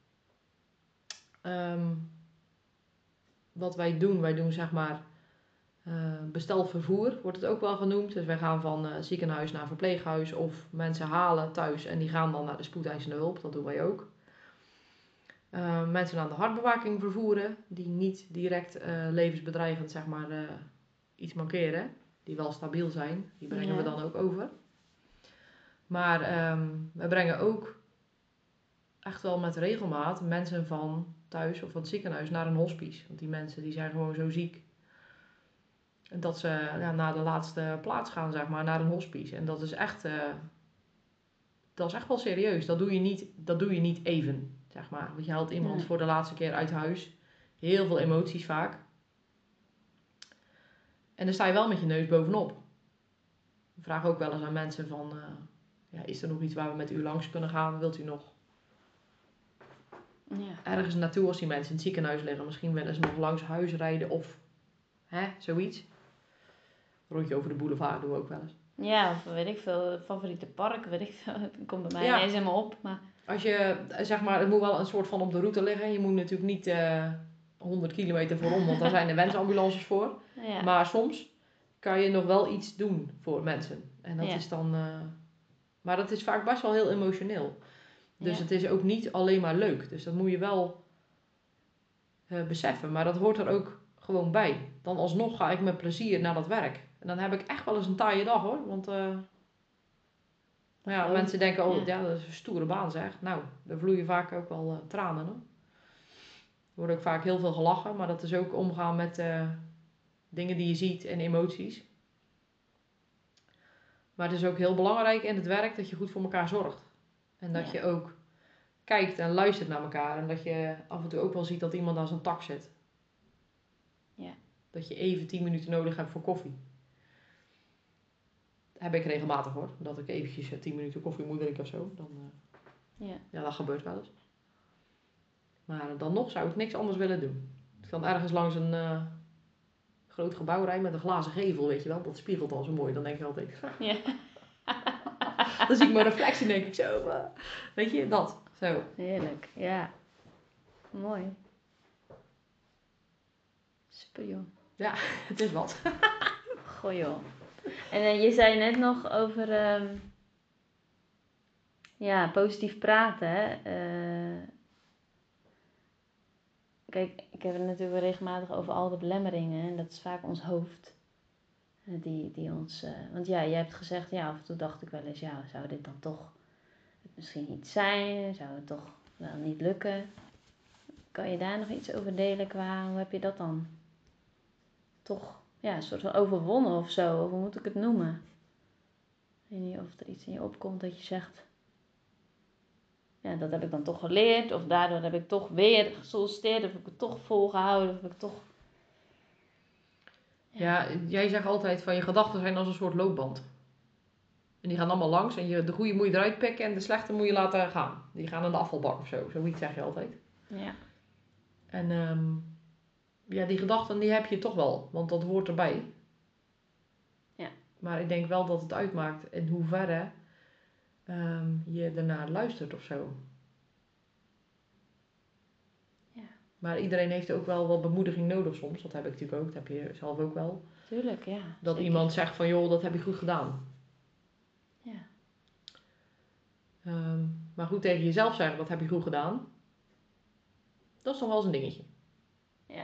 um, wat wij doen, wij doen zeg maar uh, bestelvervoer, wordt het ook wel genoemd. Dus wij gaan van uh, ziekenhuis naar verpleeghuis of mensen halen thuis en die gaan dan naar de spoedeisende hulp. Dat doen wij ook. Uh, mensen aan de hartbewaking vervoeren die niet direct uh, levensbedreigend zeg maar uh, iets mankeren. Die wel stabiel zijn. Die brengen ja. we dan ook over. Maar um, we brengen ook echt wel met regelmaat mensen van thuis of van het ziekenhuis naar een hospice. Want die mensen die zijn gewoon zo ziek. Dat ze ja, naar de laatste plaats gaan, zeg maar, naar een hospice. En dat is echt, uh, dat is echt wel serieus. Dat doe je niet, dat doe je niet even, zeg maar. Want je haalt iemand nee. voor de laatste keer uit huis. Heel veel emoties vaak. En dan sta je wel met je neus bovenop. We vragen ook wel eens aan mensen van, uh, ja, is er nog iets waar we met u langs kunnen gaan? Wilt u nog ja. ergens naartoe als die mensen in het ziekenhuis liggen? Misschien willen ze nog langs huis rijden of hè, zoiets. Rondje over de boulevard doen we ook wel eens. Ja, of weet ik veel, favoriete park, weet ik veel. Dat komt bij mij ja. ineens helemaal op. Maar... Als je, zeg maar, het moet wel een soort van op de route liggen. Je moet natuurlijk niet uh, honderd kilometer voorom, want daar zijn de wensambulances voor. Ja. Maar soms kan je nog wel iets doen voor mensen. En dat ja. is dan... Uh, maar dat is vaak best wel heel emotioneel. Dus ja. het is ook niet alleen maar leuk. Dus dat moet je wel uh, beseffen. Maar dat hoort er ook gewoon bij. Dan alsnog ga ik met plezier naar dat werk. En dan heb ik echt wel eens een taaie dag hoor. Want uh, ja, oh, mensen denken, oh ja. ja, dat is een stoere baan zeg. Nou, daar vloeien vaak ook wel uh, tranen hoor. Er wordt ook vaak heel veel gelachen. Maar dat is ook omgaan met uh, dingen die je ziet en emoties. Maar het is ook heel belangrijk in het werk dat je goed voor elkaar zorgt. En dat ja. je ook kijkt en luistert naar elkaar. En dat je af en toe ook wel ziet dat iemand aan zijn tak zit. Ja. Dat je even tien minuten nodig hebt voor koffie. Dat heb ik regelmatig hoor. Dat ik eventjes tien minuten koffie moet drinken of zo. Dan, uh, ja. ja, dat gebeurt wel eens. Maar dan nog zou ik niks anders willen doen. Ik kan ergens langs een uh, groot gebouw rijden met een glazen gevel, weet je wel. Dat spiegelt al zo mooi. Dan denk ik altijd... Ja. Dan zie ik mijn reflectie en denk ik zo... Uh, weet je, dat. Zo. Heerlijk, ja. Mooi. Super joh. Ja, het is wat. Goh joh. En uh, je zei net nog over... Um, ja, positief praten, hè. Uh, kijk, ik heb het natuurlijk regelmatig over al de belemmeringen. En dat is vaak ons hoofd. Uh, die, die ons... Uh, want ja, jij hebt gezegd... Ja, af en toe dacht ik wel eens... Ja, zou dit dan toch... Het misschien niet zijn? Zou het toch wel niet lukken? Kan je daar nog iets over delen qua... Hoe heb je dat dan... Toch... Ja, een soort van overwonnen of zo. Of hoe moet ik het noemen? Ik weet niet of er iets in je opkomt dat je zegt... Ja, dat heb ik dan toch geleerd. Of daardoor heb ik toch weer gesolliciteerd. Of heb ik het toch volgehouden. Of heb ik toch... Ja, ja jij zegt altijd van je gedachten zijn als een soort loopband. En die gaan allemaal langs. En je, de goede moet je eruit pikken en de slechte moet je laten gaan. Die gaan in de afvalbak of zo. Zoiets zeg je altijd. Ja. En um, ja, die gedachten die heb je toch wel. Want dat hoort erbij. Ja. Maar ik denk wel dat het uitmaakt in hoeverre um, je ernaar luistert of zo. Ja. Maar iedereen heeft ook wel wat bemoediging nodig soms. Dat heb ik natuurlijk ook. Dat heb je zelf ook wel. Tuurlijk, ja. Dat zeker. iemand zegt van joh, dat heb je goed gedaan. Ja. Um, maar goed tegen jezelf zeggen, dat heb je goed gedaan. Dat is nog wel eens een dingetje. Ja.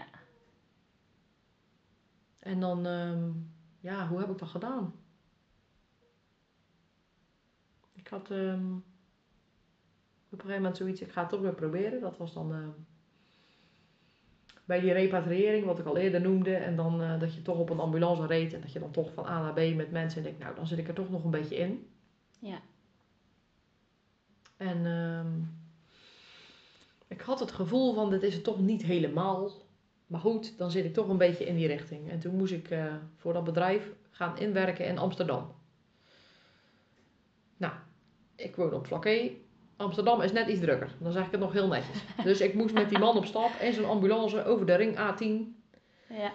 En dan, um, ja, hoe heb ik dat gedaan? Ik had um, op een gegeven moment zoiets, ik ga het toch weer proberen. Dat was dan uh, bij die repatriëring, wat ik al eerder noemde. En dan uh, dat je toch op een ambulance reed en dat je dan toch van A naar B met mensen. En denk, nou, dan zit ik er toch nog een beetje in. Ja. En um, ik had het gevoel van, dit is het toch niet helemaal. Maar goed, dan zit ik toch een beetje in die richting. En toen moest ik uh, voor dat bedrijf gaan inwerken in Amsterdam. Nou, ik woon op vlak E. Amsterdam is net iets drukker. Dan zeg ik het nog heel netjes. Dus ik moest met die man op stap in zo'n ambulance over de ring A tien. Ja.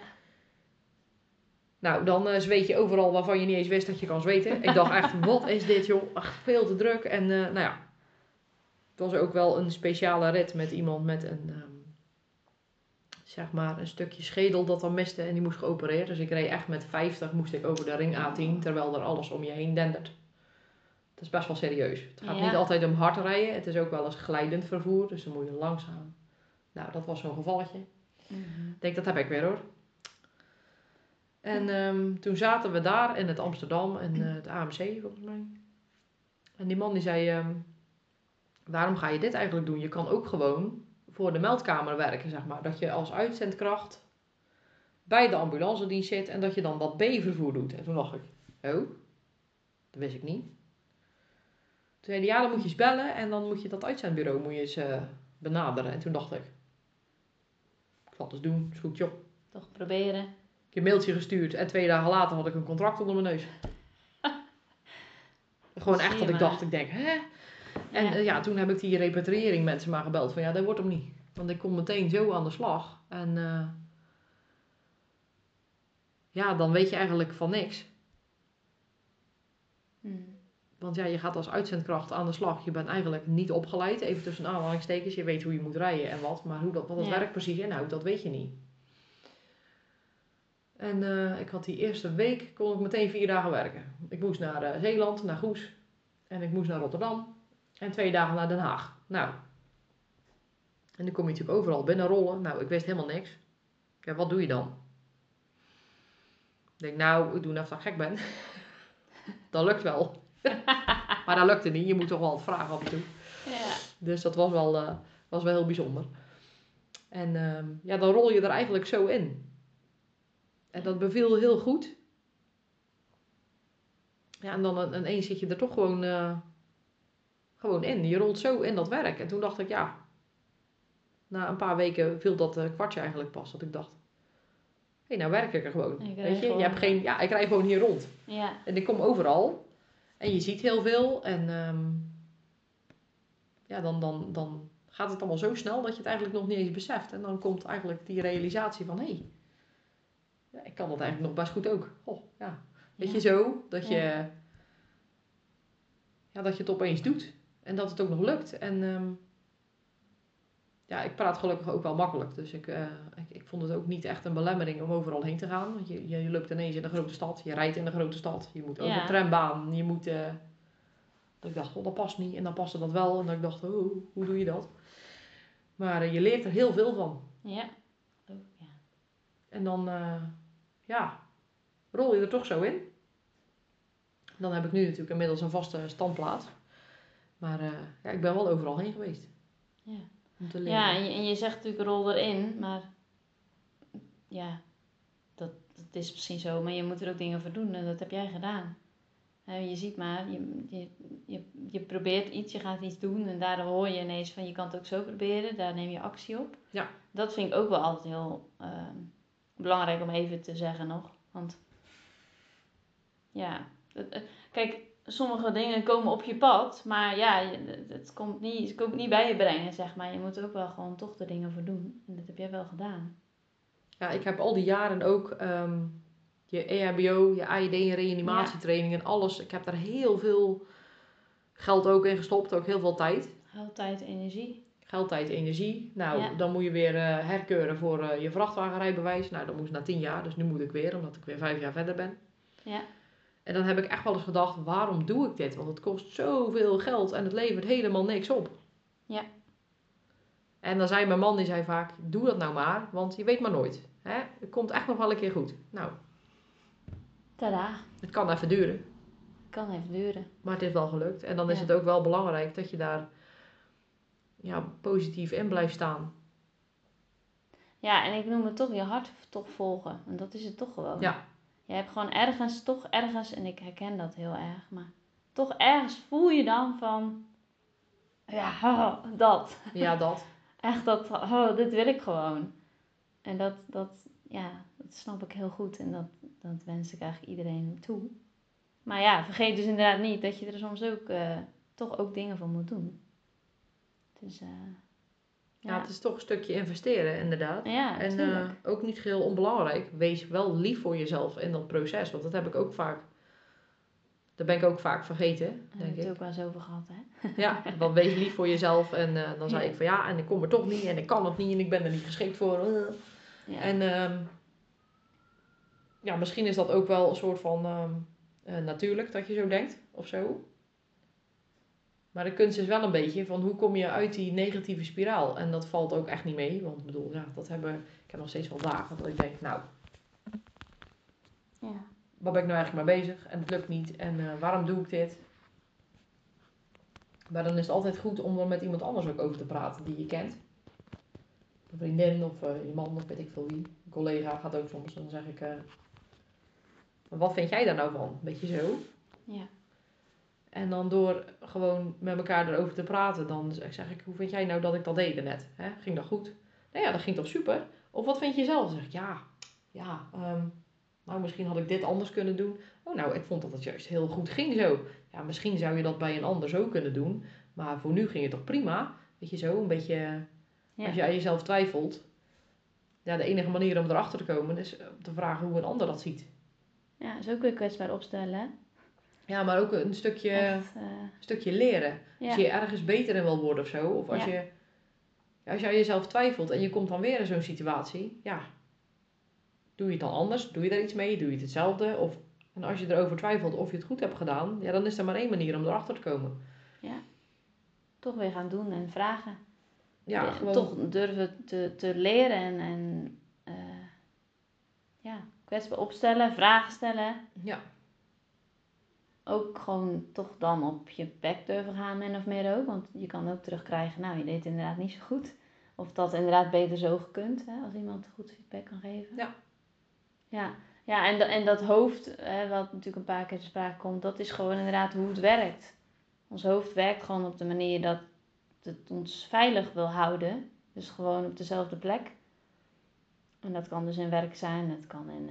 Nou, dan uh, zweet je overal waarvan je niet eens wist dat je kan zweten. Ik dacht echt, wat is dit joh? Ach, veel te druk. En uh, nou ja, het was ook wel een speciale rit met iemand met een, um, zeg maar, een stukje schedel dat dan miste. En die moest geopereerd. Dus ik reed echt met vijftig moest ik over de ring A tien. Terwijl er alles om je heen dendert. Het is best wel serieus. Het gaat ja. niet altijd om hard rijden. Het is ook wel eens glijdend vervoer. Dus dan moet je langzaam. Nou, dat was zo'n gevalletje. Mm-hmm. Ik denk, dat heb ik weer hoor. En um, toen zaten we daar in het Amsterdam. En uh, het A M C volgens mij. En die man die zei. Um, waarom ga je dit eigenlijk doen? Je kan ook gewoon voor de meldkamer werken, zeg maar. Dat je als uitzendkracht bij de ambulance dienst zit. En dat je dan wat B-vervoer doet. En toen dacht ik, oh, dat wist ik niet. Toen zei hij, ja, dan moet je eens bellen en dan moet je dat uitzendbureau moet je eens uh, benaderen. En toen dacht ik, ik zal het eens doen, is goed joh. Toch proberen. Ik heb een mailtje gestuurd en twee dagen later had ik een contract onder mijn neus. Gewoon echt dat ik dacht, ik denk, hè? En ja. Uh, ja, toen heb ik die repatriëring mensen maar gebeld van ja, dat wordt hem niet. Want ik kom meteen zo aan de slag. En uh, ja, dan weet je eigenlijk van niks. Hmm. Want ja, je gaat als uitzendkracht aan de slag. Je bent eigenlijk niet opgeleid. Even tussen aanhalingstekens. Je weet hoe je moet rijden en wat. Maar hoe dat, wat dat ja. werk precies inhoudt, dat weet je niet. En uh, ik had die eerste week, kon ik meteen vier dagen werken. Ik moest naar uh, Zeeland, naar Goes. En ik moest naar Rotterdam. En twee dagen naar Den Haag. Nou. En dan kom je natuurlijk overal binnenrollen. Nou, ik wist helemaal niks. Ja, wat doe je dan? Ik denk, nou, ik doe net of ik gek ben. Dat lukt wel. Maar dat lukte niet. Je moet toch wel wat vragen af en toe. Ja. Dus dat was wel, uh, was wel heel bijzonder. En uh, ja, dan rol je er eigenlijk zo in. En dat beviel heel goed. Ja, en dan ineens zit je er toch gewoon, uh, gewoon in. Je rolt zo in dat werk. En toen dacht ik, ja. Na een paar weken viel dat uh, kwartje eigenlijk pas. Dat ik dacht. Hé, hey, nou werk ik er gewoon. Ik Weet je, gewoon, je hebt geen, ja, ik rij gewoon hier rond. Ja. En ik kom overal. En je ziet heel veel. En um, ja, dan, dan, dan gaat het allemaal zo snel dat je het eigenlijk nog niet eens beseft. En dan komt eigenlijk die realisatie van, hé, hey, ja, ik kan dat eigenlijk nog best goed ook. Oh, ja. Weet ja. je zo, dat je, ja. ja, dat je het opeens doet. En dat het ook nog lukt. En um, ja, ik praat gelukkig ook wel makkelijk. Dus ik, uh, ik, ik vond het ook niet echt een belemmering om overal heen te gaan. Want je, je, je loopt ineens in een grote stad. Je rijdt in een grote stad. Je moet over ja. een trambaan. Je moet... Uh, dat ik dacht, oh, dat past niet. En dan paste dat wel. En dat ik dacht, oh, hoe doe je dat? Maar uh, je leert er heel veel van. Ja. Oh, ja. En dan, uh, ja, rol je er toch zo in. Dan heb ik nu natuurlijk inmiddels een vaste standplaats. Maar uh, ja, ik ben wel overal heen geweest. Ja, om te leren. Ja en, je, en je zegt natuurlijk rol erin, maar ja, dat, dat is misschien zo. Maar je moet er ook dingen voor doen en dat heb jij gedaan. Uh, je ziet maar, je, je, je, je probeert iets, je gaat iets doen en daardoor hoor je ineens van je kan het ook zo proberen. Daar neem je actie op. Ja. Dat vind ik ook wel altijd heel uh, belangrijk om even te zeggen nog. Want ja, het, uh, kijk, sommige dingen komen op je pad, maar ja, je, het, het komt niet, ze komen niet bij je brengen, zeg maar. Je moet er ook wel gewoon toch de dingen voor doen. En dat heb jij wel gedaan. Ja, ik heb al die jaren ook um, je E H B O, je A I D en reanimatietraining en alles. Ik heb daar heel veel geld ook in gestopt, ook heel veel tijd. Geld, tijd, energie. Geld, tijd, energie. Nou, Ja. dan moet je weer uh, herkeuren voor uh, je vrachtwagenrijbewijs. Nou, dat moest na tien jaar, dus nu moet ik weer, omdat ik weer vijf jaar verder ben. Ja. En dan heb ik echt wel eens gedacht, waarom doe ik dit? Want het kost zoveel geld en het levert helemaal niks op. Ja. En dan zei mijn man, die zei vaak, doe dat nou maar, want je weet maar nooit. Hè? Het komt echt nog wel een keer goed. Nou, tada. Het kan even duren. Het kan even duren. Maar het is wel gelukt. En dan is ja. het ook wel belangrijk dat je daar ja, positief in blijft staan. Ja, en ik noem het toch je hart toch volgen. En dat is het toch gewoon. Ja. Je hebt gewoon ergens, toch ergens, en ik herken dat heel erg, maar toch ergens voel je dan van, ja, oh, dat. Ja, dat. Echt dat, oh, dit wil ik gewoon. En dat, dat, ja, dat snap ik heel goed en dat, dat wens ik eigenlijk iedereen toe. Maar ja, vergeet dus inderdaad niet dat je er soms ook, uh, toch ook dingen voor moet doen. Dus, uh, ja. ja, het is toch een stukje investeren inderdaad. Ja, en uh, ook niet geheel onbelangrijk, wees wel lief voor jezelf in dat proces. Want dat heb ik ook vaak, dat ben ik ook vaak vergeten, denk ik. Daar hebben we het ook wel eens over gehad, hè? Ja, want wees lief voor jezelf. En uh, dan zei ja. ik van ja, en ik kom er toch niet en ik kan het niet en ik ben er niet geschikt voor. Uh. Ja. En uh, ja, misschien is dat ook wel een soort van uh, uh, natuurlijk dat je zo denkt of zo. Maar de kunst is wel een beetje van hoe kom je uit die negatieve spiraal. En dat valt ook echt niet mee. Want ik bedoel, ja, dat hebben, ik heb nog steeds wel dagen dat ik denk, nou, ja. waar ben ik nou eigenlijk mee bezig? En het lukt niet. En uh, waarom doe ik dit? Maar dan is het altijd goed om er met iemand anders ook over te praten die je kent. Een vriendin of uh, je man of weet ik veel wie. Een collega gaat ook soms. Dan zeg ik, uh, wat vind jij daar nou van? Beetje zo. Ja. En dan door gewoon met elkaar erover te praten, dan zeg ik, hoe vind jij nou dat ik dat deed net? Hè? Ging dat goed? Nou ja, dat ging toch super? Of wat vind je zelf? Dan zeg ik, ja, ja, um, nou misschien had ik dit anders kunnen doen. Oh nou, ik vond dat het juist heel goed ging zo. Ja, misschien zou je dat bij een ander zo kunnen doen. Maar voor nu ging het toch prima? Weet je zo, een beetje, ja. Als je aan jezelf twijfelt. Ja, de enige manier om erachter te komen is om te vragen hoe een ander dat ziet. Ja, is ook weer kwetsbaar opstellen, hè? Ja, maar ook een stukje, Echt, uh... stukje leren. Ja. Als je ergens beter in wil worden of zo. Of als, ja. je, als je aan jezelf twijfelt en je komt dan weer in zo'n situatie. Ja, doe je het dan anders? Doe je daar iets mee? Doe je het hetzelfde? Of, en als je erover twijfelt of je het goed hebt gedaan. Ja, dan is er maar één manier om erachter te komen. Ja, toch weer gaan doen en vragen. Ja, ja gewoon... Toch durven te, te leren en, en uh, ja, kwetsbaar opstellen, vragen stellen. Ja. Ook gewoon toch dan op je bek durven gaan, min of meer ook. Want je kan ook terugkrijgen, nou, je deed het inderdaad niet zo goed. Of dat inderdaad beter zo gekund, hè, als iemand goed feedback kan geven. Ja. Ja, ja en, en dat hoofd, hè, wat natuurlijk een paar keer te sprake komt, dat is gewoon inderdaad hoe het werkt. Ons hoofd werkt gewoon op de manier dat het ons veilig wil houden. Dus gewoon op dezelfde plek. En dat kan dus in werk zijn, dat kan in,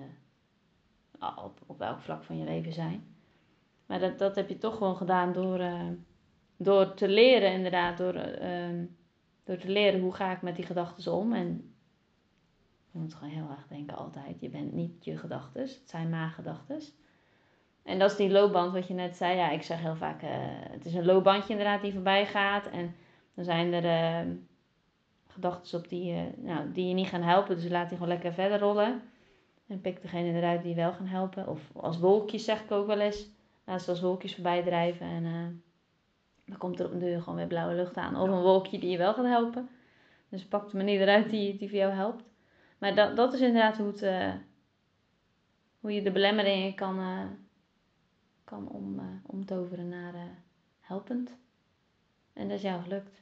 uh, op, op welk vlak van je leven zijn. Maar dat, dat heb je toch gewoon gedaan door, uh, door te leren inderdaad. Door, uh, door te leren hoe ga ik met die gedachten om. En je moet gewoon heel erg denken altijd. Je bent niet je gedachten. Het zijn maar gedachten. En dat is die loopband wat je net zei. Ja, ik zeg heel vaak. Uh, het is een loopbandje inderdaad die voorbij gaat. En dan zijn er uh, gedachten op die, uh, nou, die je niet gaan helpen. Dus laat die gewoon lekker verder rollen. En pik degene eruit die je wel gaan helpen. Of als wolkjes zeg ik ook wel eens. Laat ze als wolkjes voorbij drijven en uh, dan komt er op een deur gewoon weer blauwe lucht aan. Of een wolkje die je wel gaat helpen. Dus pak de manier eruit die, die voor jou helpt. Maar dat, dat is inderdaad hoe, het, uh, hoe je de belemmeringen kan, uh, kan om, uh, omtoveren naar uh, helpend. En dat is jou gelukt.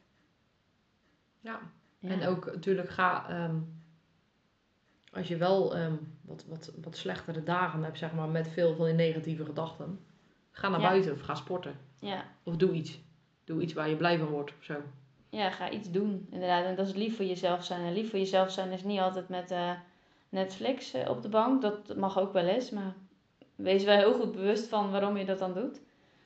Ja, ja. En ook natuurlijk ga... Um, als je wel um, wat, wat, wat slechtere dagen hebt, zeg maar, met veel van die negatieve gedachten. Ga naar ja. buiten of ga sporten. Ja. Of doe iets. Doe iets waar je blij van wordt of zo. Ja, ga iets doen. Inderdaad. En dat is lief voor jezelf zijn. En lief voor jezelf zijn is niet altijd met uh, Netflix uh, op de bank. Dat mag ook wel eens. Maar wees wel heel goed bewust van waarom je dat dan doet.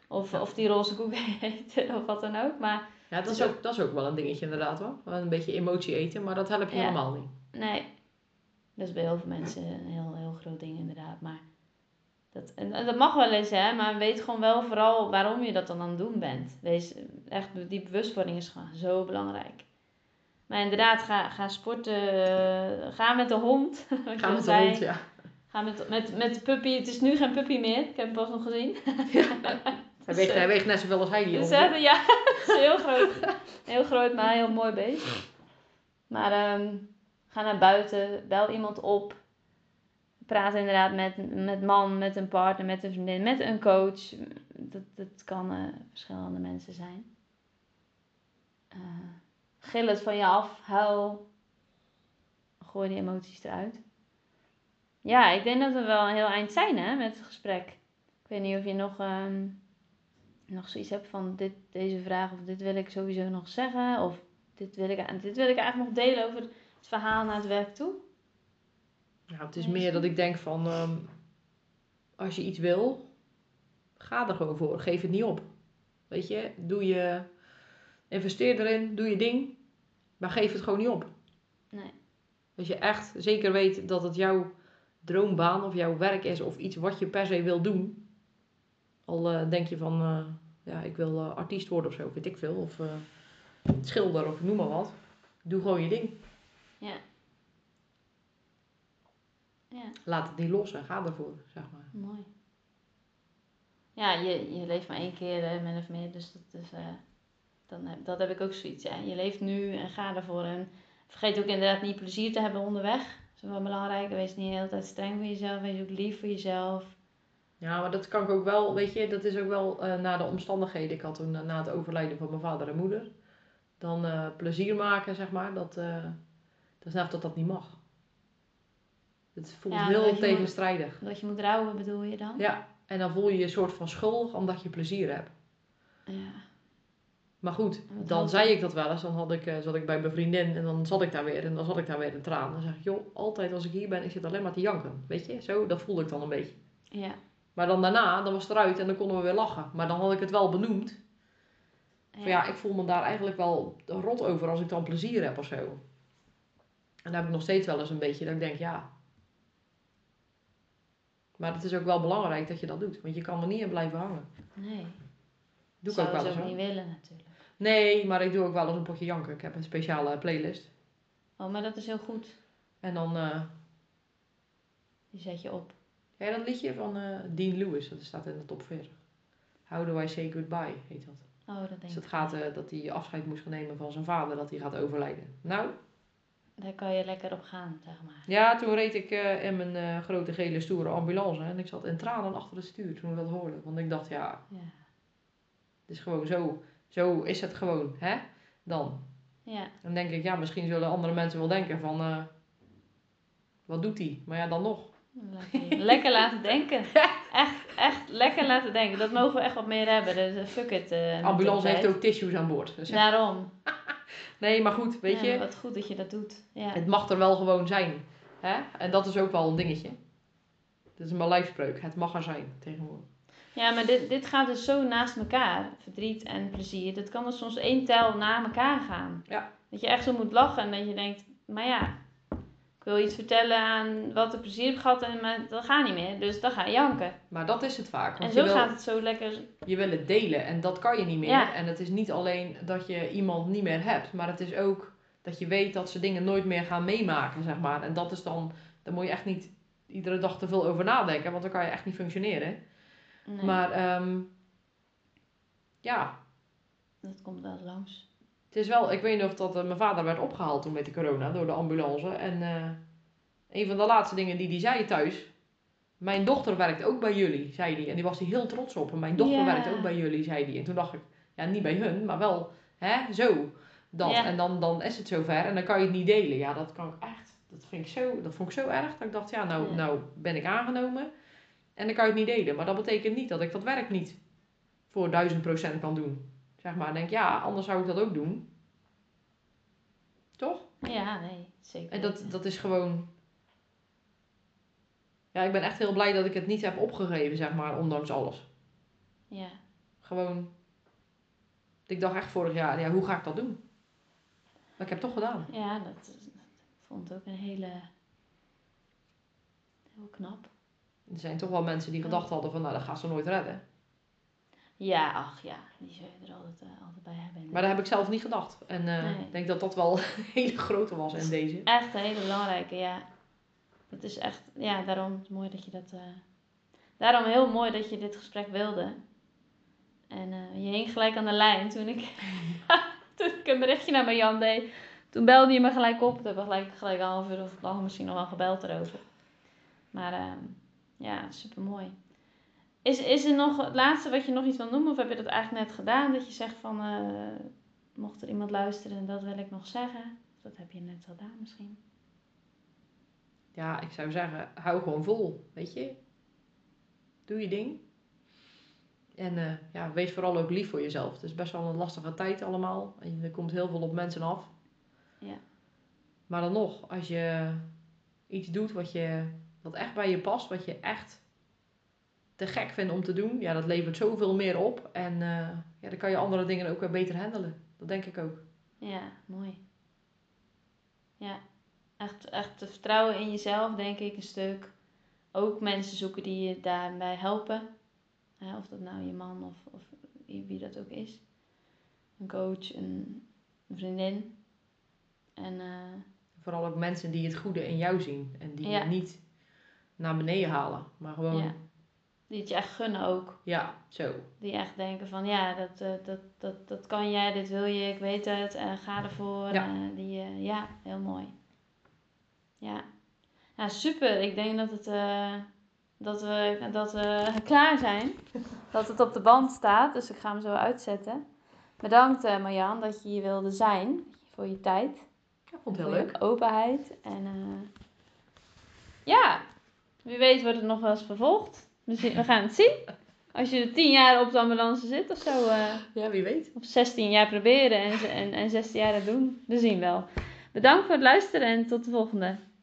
Of, of die roze koek eten of wat dan ook. Maar Ja, dat is, ook, dat is ook wel een dingetje inderdaad hoor. Wel een beetje emotie eten, maar dat helpt je Ja. helemaal niet. nee, dat is bij heel veel mensen een heel, heel groot ding inderdaad. Maar dat, en, en dat mag wel eens, hè. Maar weet gewoon wel vooral waarom je dat dan aan het doen bent. Wees, echt, die bewustwording is gewoon zo belangrijk. Maar inderdaad, ga, ga sporten. eh, Ga met de hond. wat je Ga al met de zei. hond, ja. Ga met, met, met de puppy. Het is nu geen puppy meer. Ik heb hem pas nog gezien. Hij weegt, hij weegt net zoveel als hij die Dus, hond. eh, ja, het is heel groot. Heel groot, maar heel mooi beest. Maar ehm, ga naar buiten. Bel iemand op. Praat inderdaad met, met man, met een partner, met een vriendin, met een coach. Dat, dat kan eh, verschillende mensen zijn. Eh gil het van je af. Huil. Gooi die emoties eruit. Ja, ik denk dat we wel een heel eind zijn hè, met het gesprek. Ik weet niet of je nog, ehm, nog zoiets hebt van dit, deze vraag of dit wil ik sowieso nog zeggen. Of dit wil ik, dit wil ik eigenlijk nog delen over het verhaal naar het werk toe. Nou, het is meer dat ik denk van, um, als je iets wil, ga er gewoon voor. Geef het niet op. Weet je, doe je, investeer erin, doe je ding, maar geef het gewoon niet op. Nee. Als je echt zeker weet dat het jouw droombaan of jouw werk is of iets wat je per se wil doen. Al uh, denk je van, uh, ja, ik wil uh, artiest worden of zo, weet ik veel. Of uh, schilder of noem maar wat. Doe gewoon je ding. Ja. Ja. Laat het niet los en ga ervoor, zeg maar. Mooi. Ja, je, je leeft maar één keer hè, min of meer, dus dat is, uh, dan heb, dat heb ik ook zoiets. Ja. Je leeft nu en ga ervoor. En vergeet ook inderdaad niet plezier te hebben onderweg. Dat is wel belangrijk. Wees niet de hele tijd streng voor jezelf. Wees ook lief voor jezelf. Ja, maar dat kan ik ook wel, weet je, dat is ook wel uh, na de omstandigheden. Ik had toen uh, na het overlijden van mijn vader en moeder, dan uh, plezier maken, zeg maar, dat, uh, dat is net dat dat niet mag. Het voelt Ja, heel tegenstrijdig. Moet, dat je moet rouwen bedoel je dan? Ja, en dan voel je je een soort van schuldig omdat je plezier hebt. Ja. Maar goed, dan zei ik dat wel eens. Dan had ik, uh, zat ik bij mijn vriendin en dan zat ik daar weer en dan zat ik daar weer in tranen. Dan zeg ik, joh, altijd als ik hier ben, ik zit alleen maar te janken. Weet je, zo, dat voelde ik dan een beetje. Ja. Maar dan daarna, dan was het eruit en dan konden we weer lachen. Maar dan had ik het wel benoemd. Ja. Van ja, ik voel me daar eigenlijk wel rot over als ik dan plezier heb of zo. En dan heb ik nog steeds wel eens een beetje dat ik denk, ja. Maar het is ook wel belangrijk dat je dat doet. Want je kan er niet in blijven hangen. Nee. Doe ik ook wel eens. Zou ze ook hoor. niet willen natuurlijk. Nee, maar ik doe ook wel eens een potje janken. Ik heb een speciale playlist. Oh, maar dat is heel goed. En dan... Uh, Die zet je op. Ja, dat liedje van uh, Dean Lewis, dat staat in de top veertig. How do I say goodbye, heet dat. Oh, dat denk dus dat ik. gaat uh, dat hij afscheid moest gaan nemen van zijn vader, dat hij gaat overlijden. Nou. Daar kan je lekker op gaan, zeg maar. Ja, toen reed ik uh, in mijn uh, grote gele stoere ambulance en ik zat in tranen achter het stuur toen ik dat hoorde. Want ik dacht, ja, ja. het is gewoon zo, zo is het gewoon, hè, dan. Ja. Dan denk ik, ja, misschien zullen andere mensen wel denken van, uh, wat doet hij? Maar ja, dan nog. Lekker, lekker laten denken. Echt, echt lekker laten denken. Dat mogen we echt wat meer hebben. Dus uh, fuck it. Uh, ambulance heeft ook tissues aan boord. Dus daarom. Nee, maar goed, weet ja, je. Wat goed dat je dat doet. Ja. Het mag er wel gewoon zijn. Hè? En dat is ook wel een dingetje. Dat is mijn lijfspreuk. Het mag er zijn tegenwoordig. Ja, maar dit, dit gaat dus zo naast elkaar. Verdriet en plezier. Dat kan dus soms één tel na elkaar gaan. Ja. Dat je echt zo moet lachen en dat je denkt, maar ja, ik wil iets vertellen aan wat ik plezier heb gehad en maar dat gaat niet meer. Dus dan ga je janken. Maar dat is het vaak. Want en zo je wil, gaat het zo lekker. Je wil het delen en dat kan je niet meer. Ja. En het is niet alleen dat je iemand niet meer hebt, maar het is ook dat je weet dat ze dingen nooit meer gaan meemaken, zeg maar. En dat is dan, daar moet je echt niet iedere dag te veel over nadenken, want dan kan je echt niet functioneren. Nee. Maar um, ja. Dat komt wel langs. Het is wel, ik weet niet of dat uh, mijn vader werd opgehaald toen met de corona door de ambulance. En uh, een van de laatste dingen die hij zei thuis. Mijn dochter werkt ook bij jullie, zei hij. En die was hij heel trots op. En mijn dochter Ja. werkt ook bij jullie, zei hij. En toen dacht ik, ja, niet bij hun, maar wel, hè, zo. Dat. Ja. En dan, dan is het zover en dan kan je het niet delen. Ja, dat kan ik echt, dat vind ik zo, dat vond ik zo erg. Dat ik dacht, ja, nou, Ja. nou ben ik aangenomen. En dan kan je het niet delen. Maar dat betekent niet dat ik dat werk niet voor duizend procent kan doen. Zeg maar, denk ja, anders zou ik dat ook doen. Toch? Ja, nee, zeker. En dat, dat is gewoon... Ja, ik ben echt heel blij dat ik het niet heb opgegeven, zeg maar, ondanks alles. Ja. Gewoon, ik dacht echt vorig jaar, ja, hoe ga ik dat doen? Maar ik heb het toch gedaan. Ja, dat, dat vond ik ook een hele... Heel knap. Er zijn toch wel mensen die gedacht hadden van, nou, dat gaat ze nooit redden. Ja, ach ja, die zul je er altijd, uh, altijd bij hebben. Maar dat heb ik zelf niet gedacht. En uh, Nee. ik denk dat dat wel een hele grote was in deze. Echt een hele belangrijke, ja. Dat is echt, ja, daarom is het mooi dat je dat... Uh, daarom heel mooi dat je dit gesprek wilde. En uh, je hing gelijk aan de lijn toen ik, toen ik een berichtje naar Marjan deed. Toen belde je me gelijk op. Toen hebben we gelijk, gelijk een half uur of lang misschien nog wel gebeld erover. Maar uh, ja, super mooi. Is, is er nog het laatste wat je nog iets wil noemen? Of heb je dat eigenlijk net gedaan? Dat je zegt van, uh, mocht er iemand luisteren en dat wil ik nog zeggen. Dat heb je net gedaan misschien. Ja, ik zou zeggen, hou gewoon vol, weet je. Doe je ding. En uh, ja, wees vooral ook lief voor jezelf. Het is best wel een lastige tijd allemaal. En er komt heel veel op mensen af. Ja. Maar dan nog, als je iets doet wat, je, wat echt bij je past, wat je echt te gek vindt om te doen, ja, dat levert zoveel meer op. En uh, ja, dan kan je andere dingen ook weer beter handelen. Dat denk ik ook. Ja, mooi. Ja, echt, echt te vertrouwen in jezelf, denk ik, een stuk. Ook mensen zoeken die je daarbij helpen. Ja, of dat nou je man of, of wie dat ook is. Een coach, een, een vriendin. En, uh, vooral ook mensen die het goede in jou zien. En die ja. je niet naar beneden halen. Maar gewoon... Ja. Die het je echt gunnen ook. Ja, zo. Die echt denken van, ja, dat, uh, dat, dat, dat kan jij, dit wil je, ik weet het. En uh, ga ervoor. Ja. Uh, die, uh, ja, heel mooi. Ja. Ja, super. Ik denk dat het... Uh, Dat we, dat we klaar zijn. Dat het op de band staat. Dus ik ga hem zo uitzetten. Bedankt uh, Marjan dat je hier wilde zijn. Voor je tijd. Ik vond het heel voor leuk. Je openheid. En uh, ja, wie weet wordt het nog wel eens vervolgd. Dus we gaan het zien. Als je er tien jaar op de ambulance zit of zo. Uh, ja, wie weet. Of zestien jaar proberen en, en, en zestien jaar het doen. We zien wel. Bedankt voor het luisteren en tot de volgende.